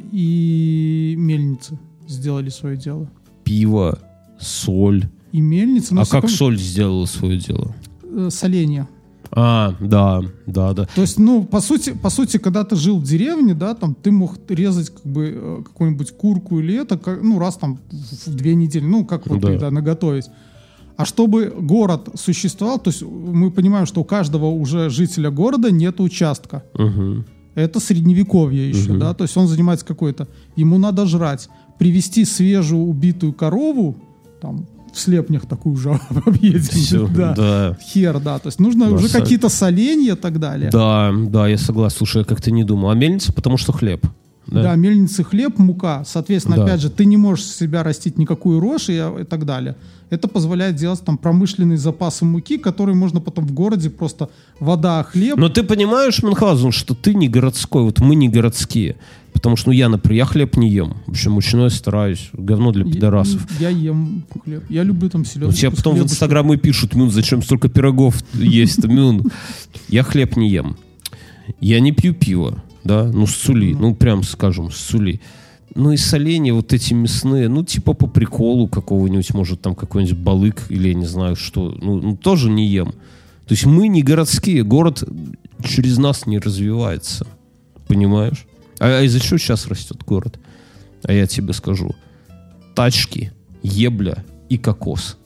[SPEAKER 3] и мельницы сделали свое дело.
[SPEAKER 2] Пиво, соль.
[SPEAKER 3] И мельницы... ну,
[SPEAKER 2] А
[SPEAKER 3] всяком-
[SPEAKER 2] как соль сделала свое дело?
[SPEAKER 3] э, соление.
[SPEAKER 2] А, да, да, да.
[SPEAKER 3] То есть, ну, по сути, по сути, когда ты жил в деревне, да, там ты мог резать как бы э, какую-нибудь курку или это, как- ну, раз там в в две недели, ну, как вот
[SPEAKER 2] Да.
[SPEAKER 3] когда наготовить. А чтобы город существовал, то есть мы понимаем, что у каждого уже жителя города нет участка.
[SPEAKER 2] Угу.
[SPEAKER 3] Это средневековье еще,
[SPEAKER 2] Мгм.
[SPEAKER 3] да, то есть он занимается какой-то, ему надо жрать. Привезти свежую убитую корову, там, в Слепнях такую же
[SPEAKER 2] Всё,
[SPEAKER 3] объедем, да.
[SPEAKER 2] да.
[SPEAKER 3] Хер, да, то есть нужно
[SPEAKER 2] Да,
[SPEAKER 3] уже
[SPEAKER 2] са-
[SPEAKER 3] какие-то соленья и так далее.
[SPEAKER 2] Да, да, я согласен. Слушай, я как-то не думал. А мельница, потому что хлеб. Да.
[SPEAKER 3] Да, мельницы, хлеб, мука. Соответственно,
[SPEAKER 2] Да.
[SPEAKER 3] опять же, ты не можешь с себя растить никакую рожь и, и так далее. Это позволяет делать там промышленные запасы муки, которые можно потом в городе просто вода, хлеб.
[SPEAKER 2] Но ты понимаешь, Мюнхгаузен, что ты не городской, вот мы не городские. Потому что, ну, я, например, я хлеб не ем. В общем, мучной стараюсь. Говно для
[SPEAKER 3] Я-
[SPEAKER 2] пидорасов.
[SPEAKER 3] Я, ем хлеб. Я люблю там
[SPEAKER 2] Ну,
[SPEAKER 3] селедку.
[SPEAKER 2] тебе потом в Инстаграм и пишут: Мюн, зачем столько пирогов есть? Мюн. Я хлеб не ем. Я не пью пиво. Да, ну, ссули, ну, прям скажем, ссули. Ну, и соленья вот эти мясные, ну, типа по приколу какого-нибудь, может, там какой-нибудь балык или я не знаю что, ну, ну, тоже не ем. То есть мы не городские, город через нас не развивается, понимаешь? А, а из-за чего сейчас растет город? А я тебе скажу: тачки, ебля и кокос.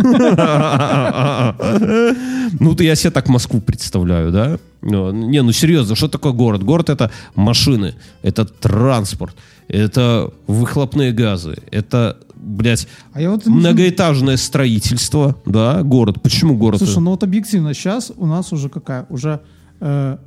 [SPEAKER 2] Ну, то я себе так Москву представляю, да? Не, ну серьезно, что такое город? Город — это машины, это транспорт, это выхлопные газы, это, блядь,
[SPEAKER 3] А я вот...
[SPEAKER 2] многоэтажное строительство, да, город. Почему город?
[SPEAKER 3] Слушай, ну вот объективно, сейчас у нас уже какая? Уже э,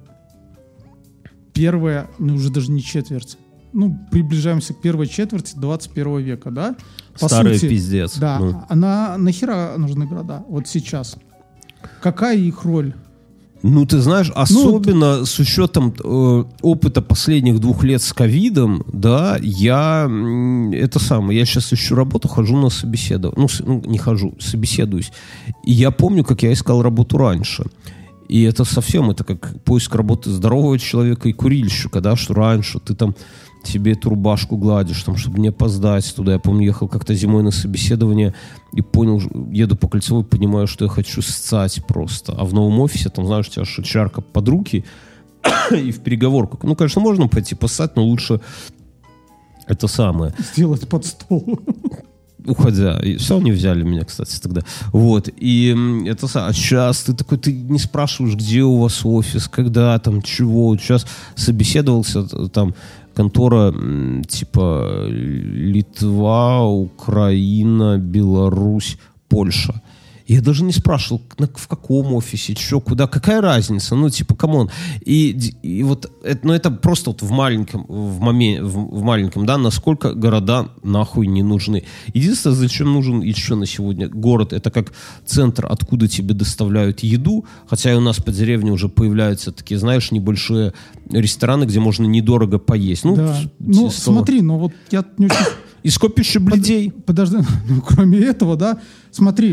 [SPEAKER 3] первая, ну уже даже не четверть. Ну, приближаемся к первой четверти двадцать первого века, да? По
[SPEAKER 2] Старый
[SPEAKER 3] сути,
[SPEAKER 2] пиздец.
[SPEAKER 3] Да.
[SPEAKER 2] Ну.
[SPEAKER 3] А на, нахера нужны города? Вот сейчас. Какая их роль?
[SPEAKER 2] Ну, ты знаешь, особенно с учетом э, опыта последних двух лет с ковидом, да, я м, это самое, я сейчас ищу работу, хожу на собеседование, ну, с- ну, не хожу, собеседуюсь. И я помню, как я искал работу раньше. И это совсем, это как поиск работы здорового человека и курильщика, да, что раньше ты там себе эту рубашку гладишь, там, чтобы не опоздать туда. Я помню, ехал как-то зимой на собеседование и понял, еду по Кольцевой, понимаю, что я хочу ссать просто. А в новом офисе, там, знаешь, у тебя шичарка под руки и в переговорку. Ну, конечно, можно пойти поссать, но лучше это самое.
[SPEAKER 3] Сделать под стол.
[SPEAKER 2] Уходя. И все, они взяли меня, кстати, тогда. Вот. И м, это са- а сейчас ты такой, ты не спрашиваешь, где у вас офис, когда там, чего. Сейчас собеседовался, т- там, контора м, типа Литва, Украина, Беларусь, Польша. Я даже не спрашивал, на- в каком офисе, что, куда, какая разница, ну, типа, камон. И, д- и вот, это, ну, это просто вот в маленьком, в, моме, в, в маленьком, да, насколько города нахуй не нужны. Единственное, зачем нужен еще на сегодня город, это как центр, откуда тебе доставляют еду, хотя и у нас по деревне уже появляются такие, знаешь, небольшие рестораны, где можно недорого поесть. Ну,
[SPEAKER 3] Да.
[SPEAKER 2] с-
[SPEAKER 3] Ну,
[SPEAKER 2] с-
[SPEAKER 3] смотри, ну вот я не очень...
[SPEAKER 2] И скопище бледей.
[SPEAKER 3] Подожди, ну, кроме этого, да, смотри,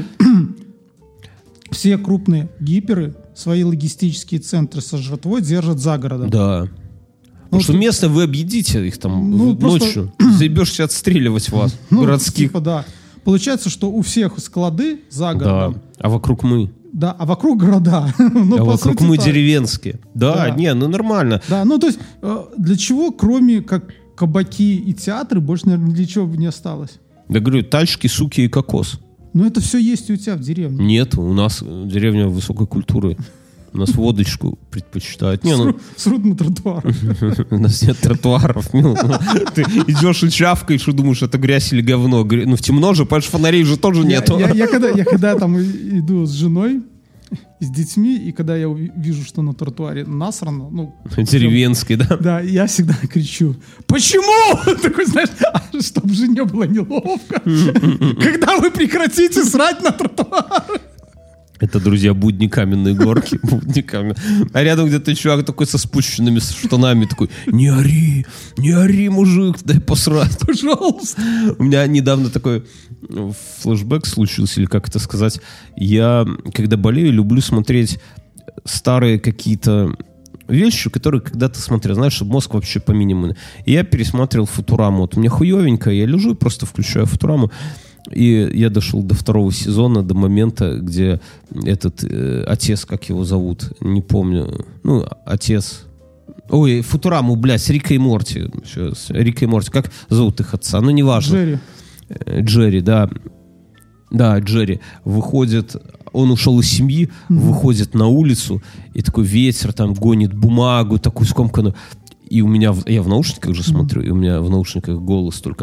[SPEAKER 3] все крупные гиперы свои логистические центры со жратвой держат за городом.
[SPEAKER 2] Да. Потому что
[SPEAKER 3] ты-
[SPEAKER 2] местно вы объедите их там
[SPEAKER 3] Ну,
[SPEAKER 2] в-
[SPEAKER 3] просто-
[SPEAKER 2] ночью. Заебешься отстреливать вас,
[SPEAKER 3] Ну,
[SPEAKER 2] городских.
[SPEAKER 3] типа, да. Получается, что у всех склады за
[SPEAKER 2] Да.
[SPEAKER 3] городом.
[SPEAKER 2] А вокруг мы.
[SPEAKER 3] Да, а вокруг города. Ну,
[SPEAKER 2] а
[SPEAKER 3] по
[SPEAKER 2] вокруг
[SPEAKER 3] сути,
[SPEAKER 2] мы
[SPEAKER 3] так.
[SPEAKER 2] деревенские. Да,
[SPEAKER 3] Да.
[SPEAKER 2] не, ну нормально.
[SPEAKER 3] Да, ну то есть э, для чего, кроме как кабаки и театры, больше, наверное, для чего бы не осталось?
[SPEAKER 2] Я говорю, тачки, суки и кокос.
[SPEAKER 3] Ну это все есть у тебя в деревне.
[SPEAKER 2] Нет, у нас э, деревня высокой культуры. У нас водочку предпочитают. Не, ну...
[SPEAKER 3] Срут на тротуарах.
[SPEAKER 2] У нас нет тротуаров. Ты идешь и чавкаешь и думаешь, это грязь или говно. Ну, в темно же, понимаешь, фонарей же тоже нету.
[SPEAKER 3] Я когда там иду с женой, с детьми, и когда я вижу, что на тротуаре насрано, ну...
[SPEAKER 2] Деревенский, да?
[SPEAKER 3] Да, я всегда кричу: почему? Такой, знаешь, чтобы жене было неловко. Когда вы прекратите срать на тротуаре?
[SPEAKER 2] Это, друзья, будни каменной горки. Будни каменные. А рядом где-то чувак такой со спущенными штанами такой: не ори, не ори, мужик, дай посрать.
[SPEAKER 3] Пожалуйста.
[SPEAKER 2] У меня недавно такой флешбэк случился, или как это сказать. Я, когда болею, люблю смотреть старые какие-то вещи, которые когда-то смотрел, знаешь, чтобы мозг вообще по минимуму. И я пересматривал «Футураму». Вот у меня хуевенько, я лежу и просто включаю «Футураму». И я дошел до второго сезона, до момента, где этот э, отец, как его зовут, не помню, ну, отец... Ой, Футураму, блядь, с Рикой и Морти. Сейчас, Рика и Морти, как зовут их отца? Ну, неважно.
[SPEAKER 3] Джерри.
[SPEAKER 2] Э, Джерри, да. Да, Джерри. Выходит, он ушел из семьи, mm-hmm. выходит на улицу, и такой ветер там гонит бумагу, такую скомканную. И у меня, я в наушниках же mm-hmm. смотрю, и у меня в наушниках голос только...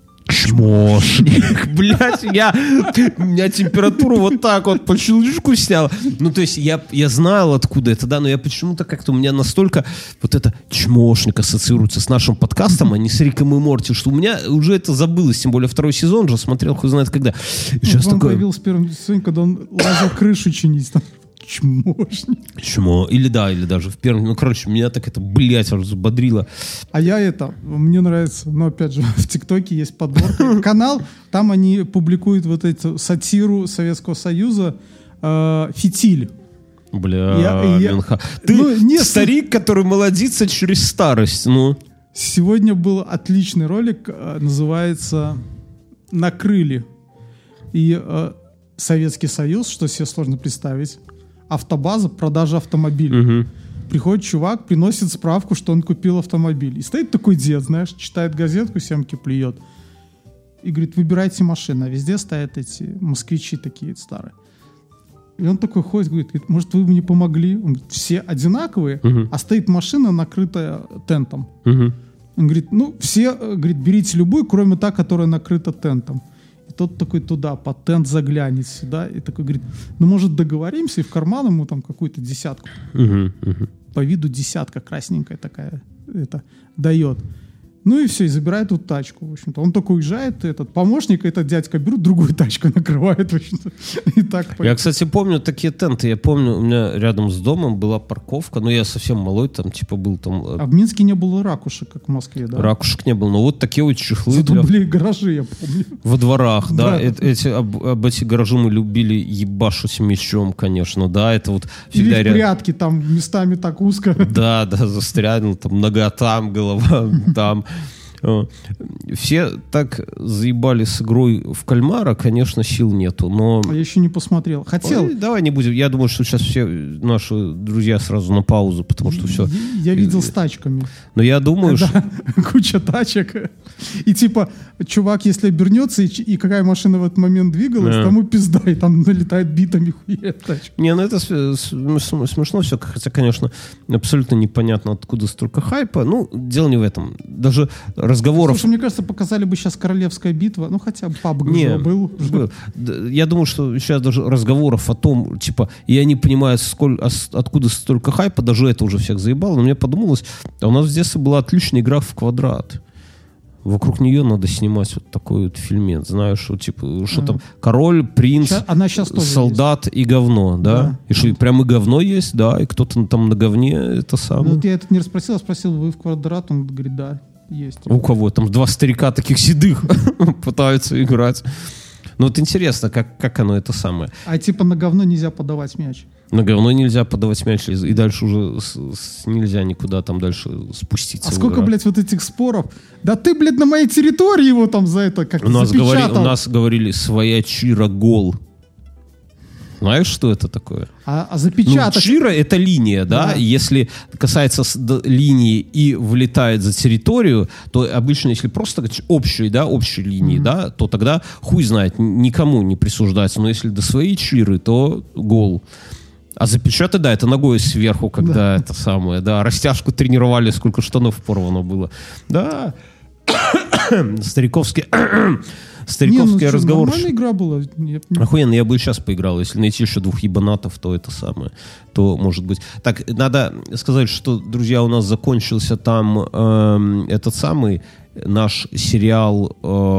[SPEAKER 2] Чмошник. Блять, я... У меня температуру вот так вот по щелчку сняла. Ну, то есть я, я знал, откуда это, да, но я почему-то как-то у меня настолько вот это чмошник ассоциируется с нашим подкастом, а не с Риком и Морти, что у меня уже это забылось, тем более второй сезон же смотрел, хуй знает когда. И сейчас
[SPEAKER 3] он
[SPEAKER 2] такое...
[SPEAKER 3] появился в первом сезоне, когда он лазил крышу чинить там. Чмошник.
[SPEAKER 2] Чмо. Или да, или даже в первом. Ну, короче, меня так это, блядь, взбодрило.
[SPEAKER 3] А я это, мне нравится, но опять же, в ТикТоке есть подборка. Канал, там они публикуют вот эту сатиру Советского Союза э, «Фитиль».
[SPEAKER 2] Бля,
[SPEAKER 3] я, я...
[SPEAKER 2] Минха. Ты ну, нет, старик, который молодится через старость, ну.
[SPEAKER 3] Сегодня был отличный ролик, называется «Накрыли». И э, Советский Союз, что себе сложно представить, автобаза, продажа автомобилей. Угу. Приходит чувак, приносит справку, что он купил автомобиль. И стоит такой дед, знаешь, читает газетку, семки плюет. И говорит: выбирайте машину. А везде стоят эти москвичи такие старые. И он такой ходит, говорит: может, вы мне помогли? Он говорит: все одинаковые, угу. а стоит машина, накрытая тентом. Угу. Он говорит: ну, все, говорит, берите любую, кроме та, которая накрыта тентом. И тот такой туда, под тент заглянет сюда, и такой говорит: ну, может, договоримся, и в карман ему там какую-то десятку. Uh-huh, uh-huh. По виду десятка красненькая такая это, дает. Ну и все, и забирает тут тачку, в общем-то. Он только уезжает, этот помощник, этот дядька берут, другую тачку накрывает, в общем-то. И так
[SPEAKER 2] я, пойдет. Кстати, помню такие тенты. Я помню, у меня рядом с домом была парковка, но я совсем малой, там, типа, был там...
[SPEAKER 3] А в Минске не было ракушек, как в Москве, да?
[SPEAKER 2] Ракушек не было, но вот такие вот чехлы.
[SPEAKER 3] Зато для... были гаражи, я помню.
[SPEAKER 2] Во дворах, да. да. Э- эти, об, об эти гаражи мы любили ебашить мечом, конечно, да, это вот...
[SPEAKER 3] Или в прятки, там местами так узко.
[SPEAKER 2] Да, да, застрянул, там, нога там, голова там... Все так заебали с игрой в кальмара, конечно, сил нету, но...
[SPEAKER 3] А я еще не посмотрел. Хотел.
[SPEAKER 2] Ой, давай не будем. Я думаю, что сейчас все наши друзья сразу на паузу, потому что все...
[SPEAKER 3] Я видел с тачками.
[SPEAKER 2] Но я думаю,
[SPEAKER 3] да,
[SPEAKER 2] что...
[SPEAKER 3] Куча тачек. И типа, чувак, если обернется, и, и какая машина в этот момент двигалась, yeah. тому пизда, и там налетает битами хуя тачка.
[SPEAKER 2] Не, ну это смешно все, хотя, конечно, абсолютно непонятно, откуда столько хайпа. Ну, дело не в этом. Даже разговоров...
[SPEAKER 3] Слушай, мне кажется, показали бы сейчас «Королевская битва», ну, хотя бы пабг уже был.
[SPEAKER 2] был. Я думаю, что сейчас даже разговоров о том, типа, я не понимаю, сколь, откуда столько хайпа, даже это уже всех заебало, но мне подумалось, а у нас в детстве была отличная игра в квадрат. Вокруг нее надо снимать вот такой вот фильмец, знаешь, вот, типа, что а. там, король, принц,
[SPEAKER 3] сейчас, она сейчас
[SPEAKER 2] солдат
[SPEAKER 3] есть.
[SPEAKER 2] И говно, да?
[SPEAKER 3] да.
[SPEAKER 2] И что, прям и говно есть, да, и кто-то там на говне, это самое.
[SPEAKER 3] Ну, вот я это не расспросил, а спросил, вы в квадрат? Он говорит, да, есть.
[SPEAKER 2] У кого? Там два старика таких седых пытаются играть. Ну, вот интересно, как, как оно это самое.
[SPEAKER 3] А типа на говно нельзя подавать мяч?
[SPEAKER 2] На говно нельзя подавать мяч, и дальше уже с, с, нельзя никуда там дальше спуститься.
[SPEAKER 3] А сколько, блядь, вот этих споров? Да ты, блядь, на моей территории его там за это как-то
[SPEAKER 2] у нас
[SPEAKER 3] запечатал.
[SPEAKER 2] Говори, у нас говорили «своя чира гол». Знаешь, что это такое?
[SPEAKER 3] А, а запечатать...
[SPEAKER 2] Ну, чира — это линия, да?
[SPEAKER 3] да.
[SPEAKER 2] Если касается линии и влетает за территорию, то обычно, если просто общей, да, общей линии, mm-hmm. да, то тогда хуй знает, никому не присуждается. Но если до своей чиры, то гол. А запечатать, да, это ногой сверху, когда да. это самое, да, растяжку тренировали, сколько штанов порвано было. Да. Стариковский... Стариковский
[SPEAKER 3] не, ну,
[SPEAKER 2] разговор.
[SPEAKER 3] Нормальная игра была. Я...
[SPEAKER 2] Охуенно, я бы и сейчас поиграл. Если найти еще двух ебанатов, то это самое. То может быть. Так, надо сказать, что, друзья, у нас закончился там э, этот самый наш сериал,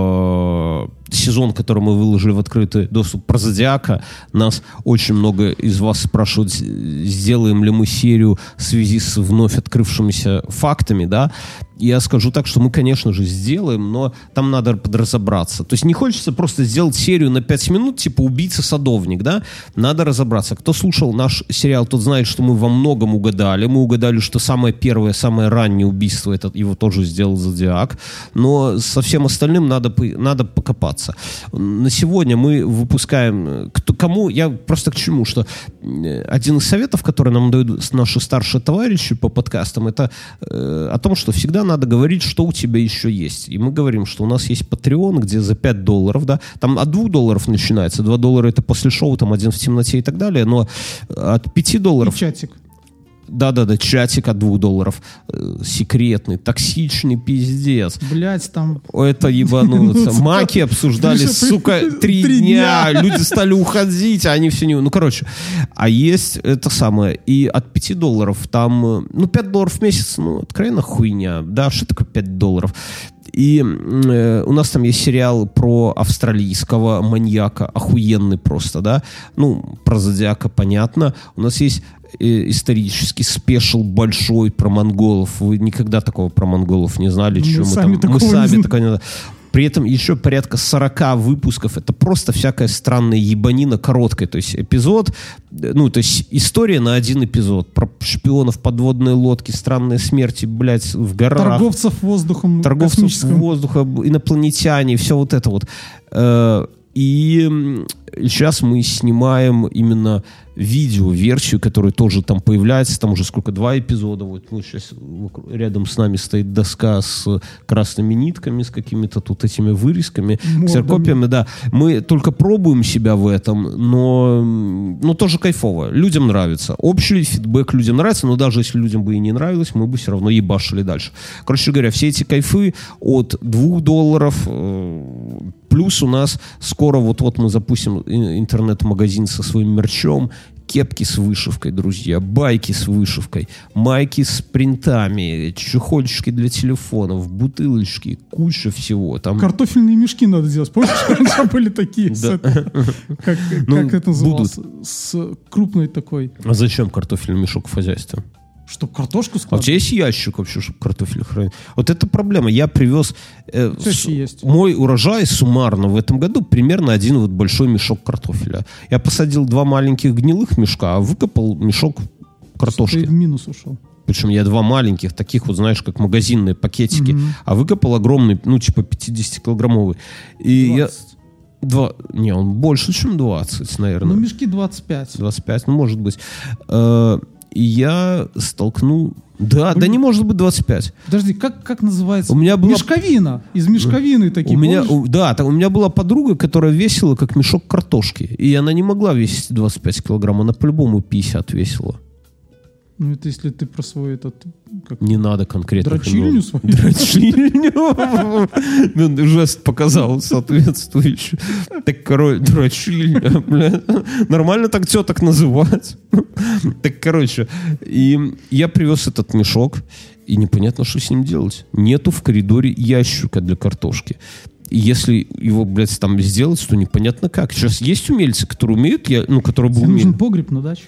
[SPEAKER 2] э, сезон, который мы выложили в открытый доступ про Зодиака. Нас очень много из вас спрашивают, сделаем ли мы серию в связи с вновь открывшимися фактами, да. Я скажу так, что мы, конечно же, сделаем, но там надо подразобраться. То есть не хочется просто сделать серию на пять минут, типа «Убийца-садовник», да? Надо разобраться. Кто слушал наш сериал, тот знает, что мы во многом угадали. Мы угадали, что самое первое, самое раннее убийство, это его тоже сделал Зодиак. Но со всем остальным надо, надо покопаться. На сегодня мы выпускаем... Кто, кому? Я просто к чему? Что один из советов, которые нам дают наши старшие товарищи по подкастам, это э, о том, что всегда надо говорить, что у тебя еще есть. И мы говорим, что у нас есть Patreon, где за пять долларов, да, там от двух долларов начинается. два доллара это после шоу, там один в темноте и так далее, но от пяти долларов...
[SPEAKER 3] И чатик.
[SPEAKER 2] Да-да-да, чатик от двух долларов. Э, секретный, токсичный пиздец.
[SPEAKER 3] Блять, там...
[SPEAKER 2] Это ебануться. Маки обсуждали, сука, три дня. Люди стали уходить, а они все не... Ну, короче. А есть это самое. И от пяти долларов там... Ну, пять долларов в месяц, ну, откровенно хуйня. Да, что такое пять долларов? И э, у нас там есть сериал про австралийского маньяка, охуенный просто, да. Ну, про Зодиака понятно. У нас есть исторический спешл большой про монголов. Вы никогда такого про монголов не знали.
[SPEAKER 3] Мы
[SPEAKER 2] что
[SPEAKER 3] сами
[SPEAKER 2] мы там, мы сами
[SPEAKER 3] не
[SPEAKER 2] такое не... При этом еще порядка сорока выпусков. Это просто всякая странная ебанина короткая. То есть эпизод, ну, то есть история на один эпизод. Про шпионов, подводные лодки, странные смерти, блядь, в горах.
[SPEAKER 3] Торговцев воздухом.
[SPEAKER 2] Торговцев воздухом, инопланетяне, все вот это вот. И сейчас мы снимаем именно видео-версию, которая тоже там появляется. Там уже сколько, два эпизода. Вот мы сейчас, рядом с нами стоит доска с красными нитками, с какими-то тут этими вырезками, ксерокопиями, да. Мы только пробуем себя в этом, но, но тоже кайфово. Людям нравится. Общий фидбэк людям нравится, но даже если людям бы и не нравилось, мы бы все равно ебашили дальше. Короче говоря, все эти кайфы от двух долларов, плюс у нас скоро вот-вот мы запустим интернет-магазин со своим мерчом, кепки с вышивкой, друзья, байки с вышивкой, майки с принтами, чехольчики для телефонов, бутылочки, куча всего. Там...
[SPEAKER 3] Картофельные мешки надо делать. Помнишь, раньше были такие? Как это называлось? С крупной такой.
[SPEAKER 2] А зачем картофельный мешок в хозяйстве?
[SPEAKER 3] Чтобы картошку складывать.
[SPEAKER 2] А у тебя есть ящик вообще, чтобы картофель хранить? Вот это проблема. Я привез э, с, есть. Мой урожай суммарно в этом году примерно один вот большой мешок картофеля. Я посадил два маленьких гнилых мешка, а выкопал мешок картошки.
[SPEAKER 3] Ты в минус ушел.
[SPEAKER 2] Причем я два маленьких, таких вот, знаешь, как магазинные пакетики, mm-hmm. а выкопал огромный, ну, типа пятидесятикилограммовый. И
[SPEAKER 3] двадцать.
[SPEAKER 2] Я... Два... Не, он больше, чем двадцать, наверное.
[SPEAKER 3] Ну, мешки двадцать пять.
[SPEAKER 2] двадцать пять, ну, может быть. И я столкнул... Да, Блин. да не может быть двадцать пять.
[SPEAKER 3] Подожди, как, как называется?
[SPEAKER 2] У меня была...
[SPEAKER 3] Мешковина. Из мешковины такие,
[SPEAKER 2] у меня, у, Да, там, у меня была подруга, которая весила как мешок картошки. И она не могла весить двадцать пять килограмм. Она по-любому пятьдесят весила.
[SPEAKER 3] Ну, это если ты про свой этот... Как...
[SPEAKER 2] Не надо конкретно.
[SPEAKER 3] Дрочильню свою?
[SPEAKER 2] Дрочильню. Жест показал соответствующий. Так, короче, дрочильня, бля. Нормально так теток называть. Так, короче, и я привез этот мешок, и непонятно, что с ним делать. Нету в коридоре ящика для картошки. И если его, блядь, там сделать, то непонятно как. Сейчас есть умельцы, которые умеют, я, ну, которые бы умели.
[SPEAKER 3] Нужен погреб на даче.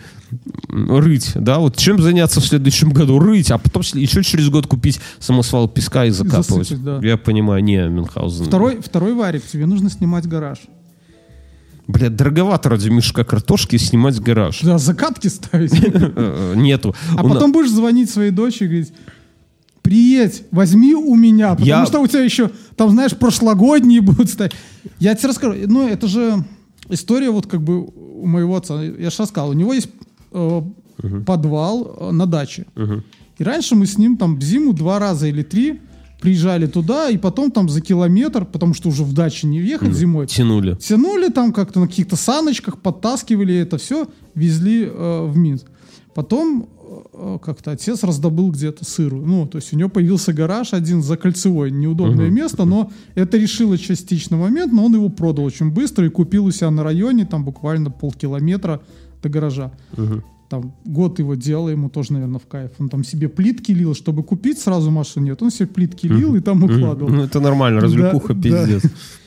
[SPEAKER 2] Рыть, да, вот чем заняться в следующем году? Рыть, а потом еще через год купить самосвал песка и закапывать. Засыпать, да. Я понимаю, не, Мюнхгаузен.
[SPEAKER 3] Второй, второй варик, тебе нужно снимать гараж.
[SPEAKER 2] Блядь, дороговато ради мешка картошки снимать гараж.
[SPEAKER 3] Да, закатки ставить.
[SPEAKER 2] Нету.
[SPEAKER 3] А потом будешь звонить своей дочери и говорить: приедь, возьми у меня, потому я... что у тебя еще, там, знаешь, прошлогодние будут стоять. Я тебе расскажу, ну, это же история вот как бы у моего отца. Я же рассказал, у него есть э, uh-huh. подвал э, на даче. Uh-huh. И раньше мы с ним там в зиму два раза или три приезжали туда, и потом там за километр, потому что уже в даче не въехать mm. зимой.
[SPEAKER 2] Тянули.
[SPEAKER 3] Тянули там как-то на каких-то саночках, подтаскивали это все, везли э, в Минск. Потом э, как-то отец раздобыл где-то сыру. Ну, то есть у него появился гараж один за Кольцевой. Неудобное uh-huh. место, но это решило частично момент, но он его продал очень быстро и купил у себя на районе, там буквально полкилометра до гаража. Uh-huh. Там год его делал, ему тоже, наверное, в кайф. Он там себе плитки лил, чтобы купить сразу машину. Нет, он себе плитки лил mm-hmm. и там укладывал.
[SPEAKER 2] Ну, это нормально, развлекуха, да, пиздец. Да.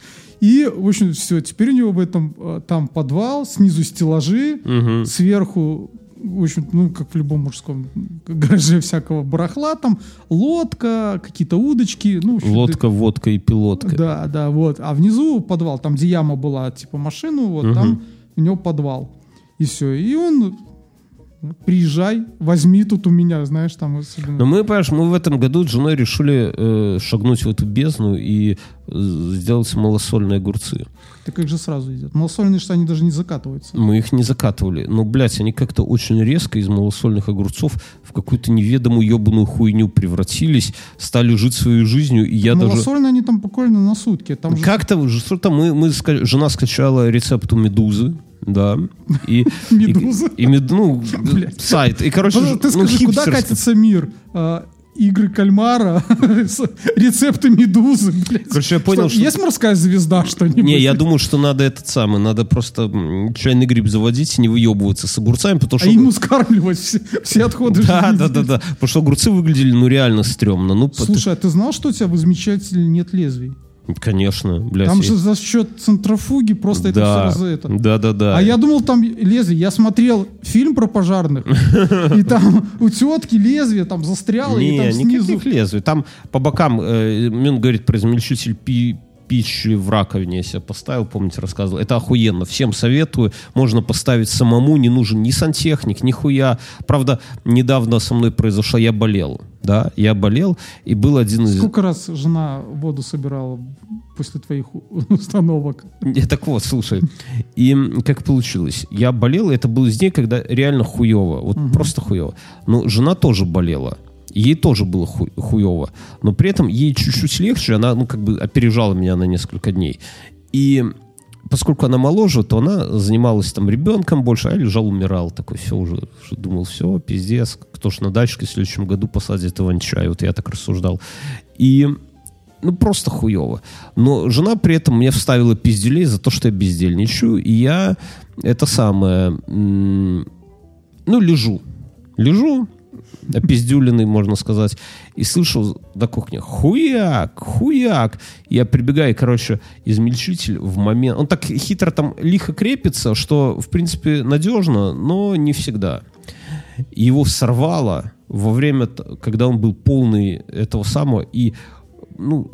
[SPEAKER 3] И, в общем, все. Теперь у него в этом там подвал, снизу стеллажи, mm-hmm. сверху, в общем, ну, как в любом мужском гараже всякого барахла, там лодка, какие-то удочки. Ну, общем,
[SPEAKER 2] лодка, да, водка и пилотка.
[SPEAKER 3] Да, да, вот. А внизу подвал, там, где яма была, типа машину, вот mm-hmm. там у него подвал. И все. И он... Приезжай, возьми тут у меня, знаешь, там... Особенно...
[SPEAKER 2] Но мы, понимаешь, мы в этом году с женой решили э, шагнуть в эту бездну и э, сделать малосольные огурцы.
[SPEAKER 3] Так как же сразу идет? Малосольные, что они даже не закатываются.
[SPEAKER 2] Мы их не закатывали. Но, блядь, они как-то очень резко из малосольных огурцов в какую-то неведомую ебаную хуйню превратились, стали жить своей жизнью, и я
[SPEAKER 3] малосольные
[SPEAKER 2] даже...
[SPEAKER 3] Малосольные они там буквально на сутки. Там
[SPEAKER 2] как-то же... что-то мы, мы... Жена скачала рецепт у Медузы. Да. И,
[SPEAKER 3] Медуза.
[SPEAKER 2] И, и, и, ну, сайт. И, короче,
[SPEAKER 3] ну, ты скажи, ну, куда катится мир? А, игры кальмара, рецепты Медузы. Блядь.
[SPEAKER 2] Короче, я понял, что, что...
[SPEAKER 3] Есть морская звезда что-нибудь?
[SPEAKER 2] Не, я думаю, что надо этот самый, надо просто чайный гриб заводить и не выебываться с огурцами, потому что...
[SPEAKER 3] А ему скармливать все, все отходы
[SPEAKER 2] да,
[SPEAKER 3] жизни.
[SPEAKER 2] Да, да, да, потому что огурцы выглядели, ну, реально стрёмно. Ну,
[SPEAKER 3] слушай, а ты знал, что у тебя в измельчателе нет лезвий?
[SPEAKER 2] Конечно, блядь.
[SPEAKER 3] Там же за счет центрифуги просто
[SPEAKER 2] да,
[SPEAKER 3] это все за это.
[SPEAKER 2] Да, да, да.
[SPEAKER 3] А я думал, там лезвие. Я смотрел фильм про пожарных, и там у тетки лезвие там застряло, и там снизу...
[SPEAKER 2] никаких лезвий. Там по бокам, он говорит про измельчитель пи пищи в раковине я себе поставил, помните, рассказывал. Это охуенно. Всем советую. Можно поставить самому. Не нужен ни сантехник, ни хуя. Правда, недавно со мной произошло, я болел. Да, я болел, и был один из...
[SPEAKER 3] Сколько раз жена воду собирала после твоих установок?
[SPEAKER 2] Так вот, слушай. И как получилось? Я болел, и это был из дней, когда реально хуево. Вот угу. просто хуево. Но жена тоже болела. Ей тоже было ху- хуево. Но при этом ей чуть-чуть легче. Она, ну, как бы опережала меня на несколько дней. И поскольку она моложе, то она занималась там ребенком больше, а я лежал, умирал. Такой, все, уже, уже думал, все, пиздец. Кто ж на дачке в следующем году посадит иван-чай. Вот я так рассуждал. И, ну, просто хуево. Но жена при этом мне вставила пизделей за то, что я бездельничаю. И я, это самое, м- ну, лежу. Лежу, опиздюленный, можно сказать, и слышу на кухне хуяк, хуяк. Я прибегаю, короче, измельчитель в момент... Он так хитро там лихо крепится, что, в принципе, надежно, но не всегда. Его сорвало во время, когда он был полный этого самого, и, ну,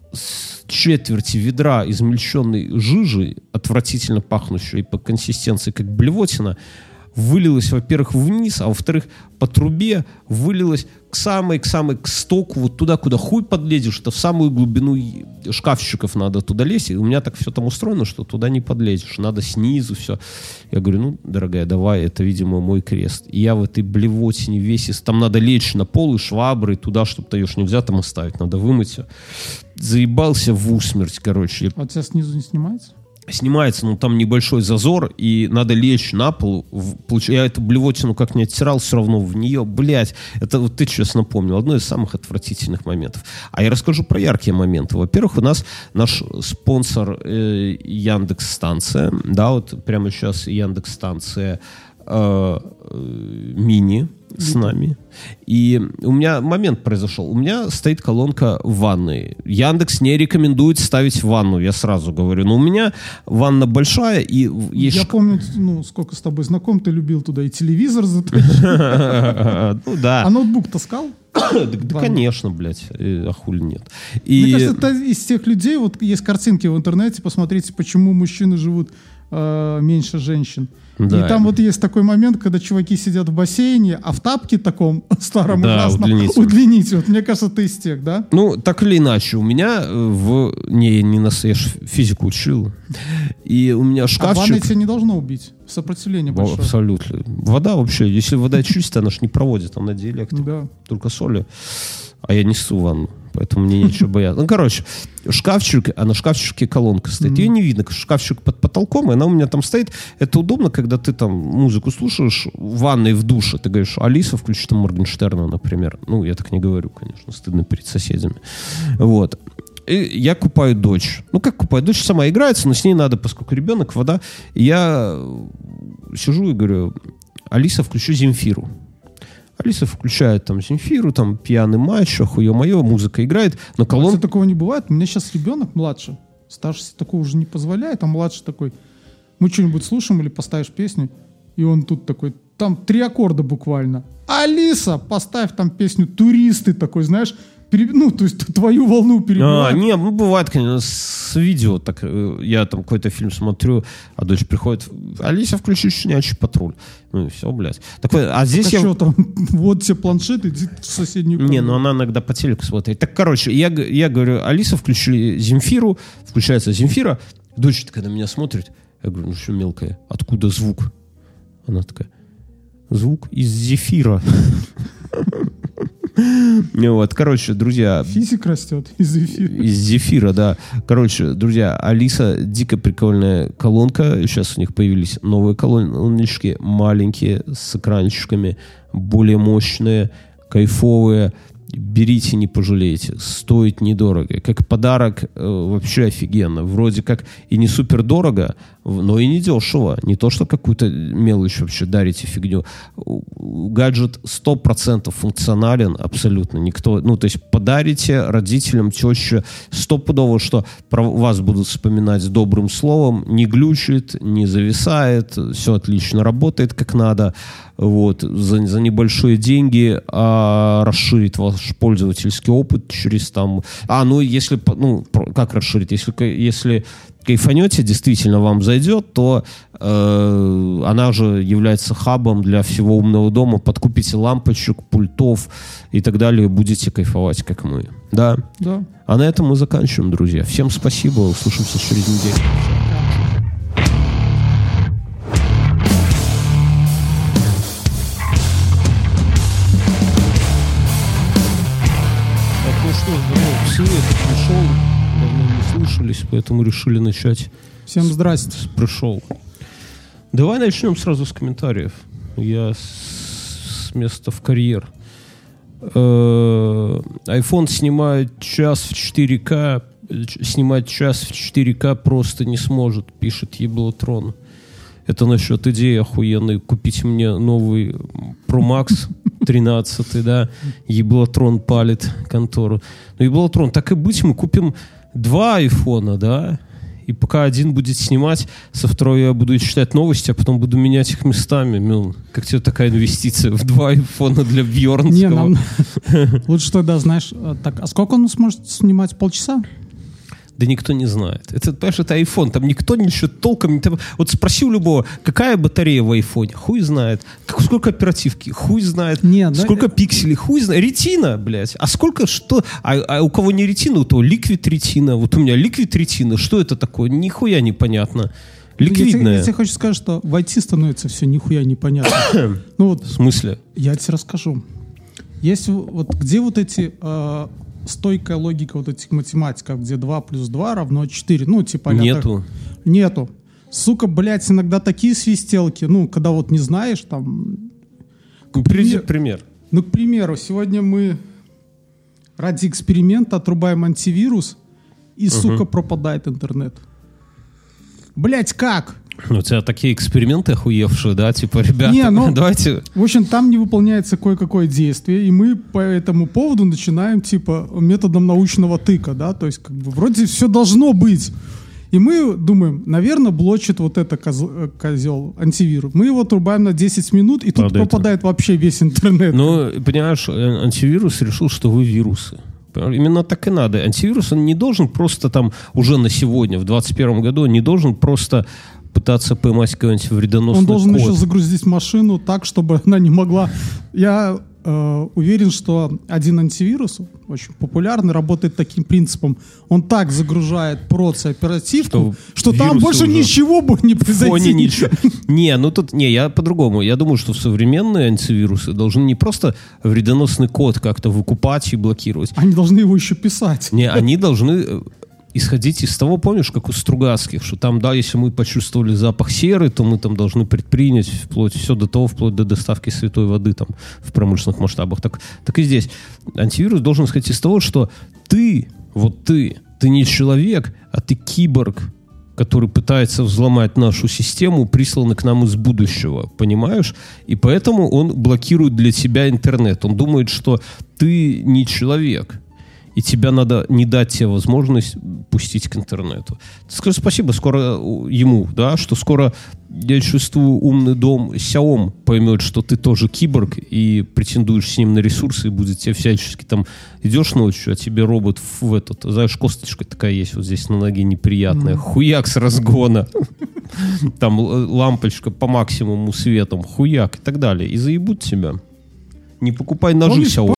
[SPEAKER 2] с четверти ведра измельченной жижи, отвратительно пахнущей по консистенции, как блевотина, вылилось, во-первых, вниз, а во-вторых, по трубе вылилось к самой, к самой, к стоку, вот туда, куда хуй подлезешь, это в самую глубину шкафчиков надо туда лезть, и у меня так все там устроено, что туда не подлезешь, надо снизу все. Я говорю, ну, дорогая, давай, это, видимо, мой крест. И я в этой блевотине весь, там надо лечь на пол и шваброй туда, чтобы таешь нельзя там оставить, надо вымыть все. Заебался в усмерть, короче.
[SPEAKER 3] А у тебя снизу не снимается?
[SPEAKER 2] Снимается, но там небольшой зазор, и надо лечь на пол. Я эту блевотину как не оттирал, все равно в нее, блядь, это вот ты сейчас напомнил, одно из самых отвратительных моментов. А я расскажу про яркие моменты. Во-первых, у нас наш спонсор э, Яндекс.Станция, да, вот прямо сейчас Яндекс.Станция э, э, мини с нами. И у меня момент произошел. У меня стоит колонка в ванной. Яндекс не рекомендует ставить в ванну, я сразу говорю. Но у меня ванна большая, и есть...
[SPEAKER 3] Я помню, ну, сколько с тобой знаком, ты любил туда и телевизор затащить.
[SPEAKER 2] Ну да.
[SPEAKER 3] А ноутбук таскал?
[SPEAKER 2] Да, конечно, блядь. А хули нет.
[SPEAKER 3] Мне кажется, это из тех людей, вот есть картинки в интернете, посмотрите, почему мужчины живут меньше женщин. Да. И там вот есть такой момент, когда чуваки сидят в бассейне, а в тапке таком старом
[SPEAKER 2] да,
[SPEAKER 3] ужасном
[SPEAKER 2] удлинитель.
[SPEAKER 3] удлинитель. Вот, мне кажется, ты из тех, да?
[SPEAKER 2] Ну, так или иначе, у меня в... Не, не на я ж физику учил. И у меня шкафчик...
[SPEAKER 3] А ванной тебя не должно убить. Сопротивление большое.
[SPEAKER 2] Абсолютно. Вода вообще, если вода чистая, она же не проводит, она диэлектрик.
[SPEAKER 3] Да.
[SPEAKER 2] Только соли. А я несу ванну, поэтому мне нечего бояться. Ну, короче, шкафчик, а на шкафчике колонка стоит. Mm-hmm. Ее не видно, шкафчик под потолком, и она у меня там стоит. Это удобно, когда ты там музыку слушаешь в ванной, в душе. Ты говоришь, Алиса, включи там Моргенштерна, например. Ну, я так не говорю, конечно, стыдно перед соседями. Вот. И я купаю дочь. Ну, как купаю? Дочь сама играется, но с ней надо, поскольку ребенок, вода. И я сижу и говорю, Алиса, включи Земфиру. Алиса включает там Земфиру, там пьяный матч, охуе-мое, музыка играет, но колонка...
[SPEAKER 3] Кстати, такого не бывает. У меня сейчас ребенок младше, старший такого уже не позволяет, а младший такой, мы что-нибудь слушаем или поставишь песню, и он тут такой, там три аккорда буквально. Алиса, поставь там песню «Туристы», такой, знаешь, переб... ну, то есть твою волну перебивает.
[SPEAKER 2] А, не, ну, бывает, конечно, с видео, так, я там какой-то фильм смотрю, а дочь приходит, Алиса, включи «Щенячий патруль». Ну и все, блядь. Такой, а здесь
[SPEAKER 3] так,
[SPEAKER 2] я...
[SPEAKER 3] А что там, вот тебе планшет, иди в соседнюю комнату.
[SPEAKER 2] Не, ну она иногда по телеку смотрит. Так, короче, я, я говорю, Алиса, включи Земфиру, включается Земфира, дочь такая на меня смотрит, я говорю, ну что мелкая, откуда звук? Она такая, звук из зефира. Вот, короче, друзья...
[SPEAKER 3] Физик растет из зефира.
[SPEAKER 2] Из зефира, да. Короче, друзья, Алиса дико прикольная колонка. Сейчас у них появились новые колоночки, маленькие, с экранчиками, более мощные, кайфовые. Берите, не пожалеете. Стоит недорого. Как подарок э, вообще офигенно. Вроде как и не супер дорого, но и не дешево. Не то, что какую-то мелочь вообще дарите фигню. Гаджет сто процентов функционален абсолютно. Никто, ну, то есть подарите родителям, теще стопудово, что про вас будут вспоминать с добрым словом. Не глючит, не зависает. Все отлично работает как надо. Вот, за, за небольшие деньги а, расширит ваш пользовательский опыт через там... А, ну, если... Ну, как расширить? Если, если кайфанете, действительно вам зайдет, то э, она же является хабом для всего умного дома. Подкупите лампочек, пультов и так далее. Будете кайфовать, как мы. Да?
[SPEAKER 3] Да.
[SPEAKER 2] А на этом мы заканчиваем, друзья. Всем спасибо. Услышимся через неделю. Свет пришел, давно не слышались, поэтому решили начать.
[SPEAKER 3] Всем здрасте.
[SPEAKER 2] С, пришел. Давай начнем сразу с комментариев. Я с, с места в карьер. Э, iPhone снимает час в четыре ка, снимать час в четыре ка просто не сможет, пишет Еблотрон. Это насчет идеи охуенной купить мне новый Pro Max тринадцатый, да, Еблотрон палит контору. Ну, Еблотрон, так и быть, мы купим два айфона, да, и пока один будет снимать, со второй я буду читать новости, а потом буду менять их местами. Мил, как тебе такая инвестиция в два айфона для Бьернского?
[SPEAKER 3] Не, нам... Лучше тогда, знаешь, так, а сколько он сможет снимать? Полчаса?
[SPEAKER 2] Да никто не знает. Это, понимаешь, это iPhone, там никто ничего толком не... Вот спроси у любого, какая батарея в айфоне? Хуй знает. Как, сколько оперативки? Хуй знает.
[SPEAKER 3] Не,
[SPEAKER 2] сколько
[SPEAKER 3] да...
[SPEAKER 2] пикселей? Хуй знает. Ретина, блядь. А сколько что? А, а у кого не ретина, у того ликвид ретина. Вот у меня ликвид ретина. Что это такое? Нихуя непонятно. Ликвидная.
[SPEAKER 3] Я тебе хочу сказать, что в ай ти становится все нихуя непонятно. Ну вот.
[SPEAKER 2] В смысле?
[SPEAKER 3] Я тебе расскажу. Есть вот где вот эти... Э, стойкая логика вот этих математиков, где два плюс два равно четыре. Ну, типа...
[SPEAKER 2] Нету.
[SPEAKER 3] Так, нету. Сука, блядь, иногда такие свистелки, ну, когда вот не знаешь, там...
[SPEAKER 2] Ну, приведи пример.
[SPEAKER 3] Ну, к примеру, сегодня мы ради эксперимента отрубаем антивирус, и, угу. сука, пропадает интернет. Блядь, как?
[SPEAKER 2] У тебя такие эксперименты охуевшие, да? Типа, ребята,
[SPEAKER 3] не, ну,
[SPEAKER 2] давайте...
[SPEAKER 3] В общем, там не выполняется кое-какое действие, и мы по этому поводу начинаем, типа, методом научного тыка, да? То есть, как бы, вроде все должно быть. И мы думаем, наверное, блочит вот это козел, козел антивирус. Мы его отрубаем на десять минут, и тут Правда пропадает это. Вообще весь интернет.
[SPEAKER 2] Ну, понимаешь, антивирус решил, что вы вирусы. Именно так и надо. Антивирус, он не должен просто там уже на сегодня, в двадцать первом году, он не должен просто пытаться поймать какой-нибудь вредоносный
[SPEAKER 3] Он должен
[SPEAKER 2] код.
[SPEAKER 3] еще загрузить машину так, чтобы она не могла... Я э, уверен, что один антивирус, очень популярный, работает таким принципом. Он так загружает проц и оперативку, что, что там больше ничего бы не произойти.
[SPEAKER 2] Ничего. Не, ну тут, не, я по-другому. Я думаю, что современные антивирусы должны не просто вредоносный код как-то выкупать и блокировать.
[SPEAKER 3] Они должны его еще писать.
[SPEAKER 2] Не, они должны исходить из того, помнишь, как у Стругацких, что там, да, если мы почувствовали запах серы, то мы там должны предпринять вплоть, все до того, вплоть до доставки святой воды там в промышленных масштабах. Так, так и здесь. Антивирус должен исходить из того, что ты, вот ты, ты не человек, а ты киборг, который пытается взломать нашу систему, присланный к нам из будущего, понимаешь? И поэтому он блокирует для тебя интернет. Он думает, что ты не человек, и тебя надо не дать тебе возможность пустить к интернету. Скажи спасибо скоро ему, да, что скоро, я чувствую, умный дом Xiaomi поймет, что ты тоже киборг и претендуешь с ним на ресурсы, и будет тебе всячески там, идешь ночью, а тебе робот в этот, знаешь, косточка такая есть вот здесь на ноге неприятная, mm. хуяк с разгона, там лампочка по максимуму светом, хуяк и так далее, и заебут тебя. Не покупай ножи Xiaomi.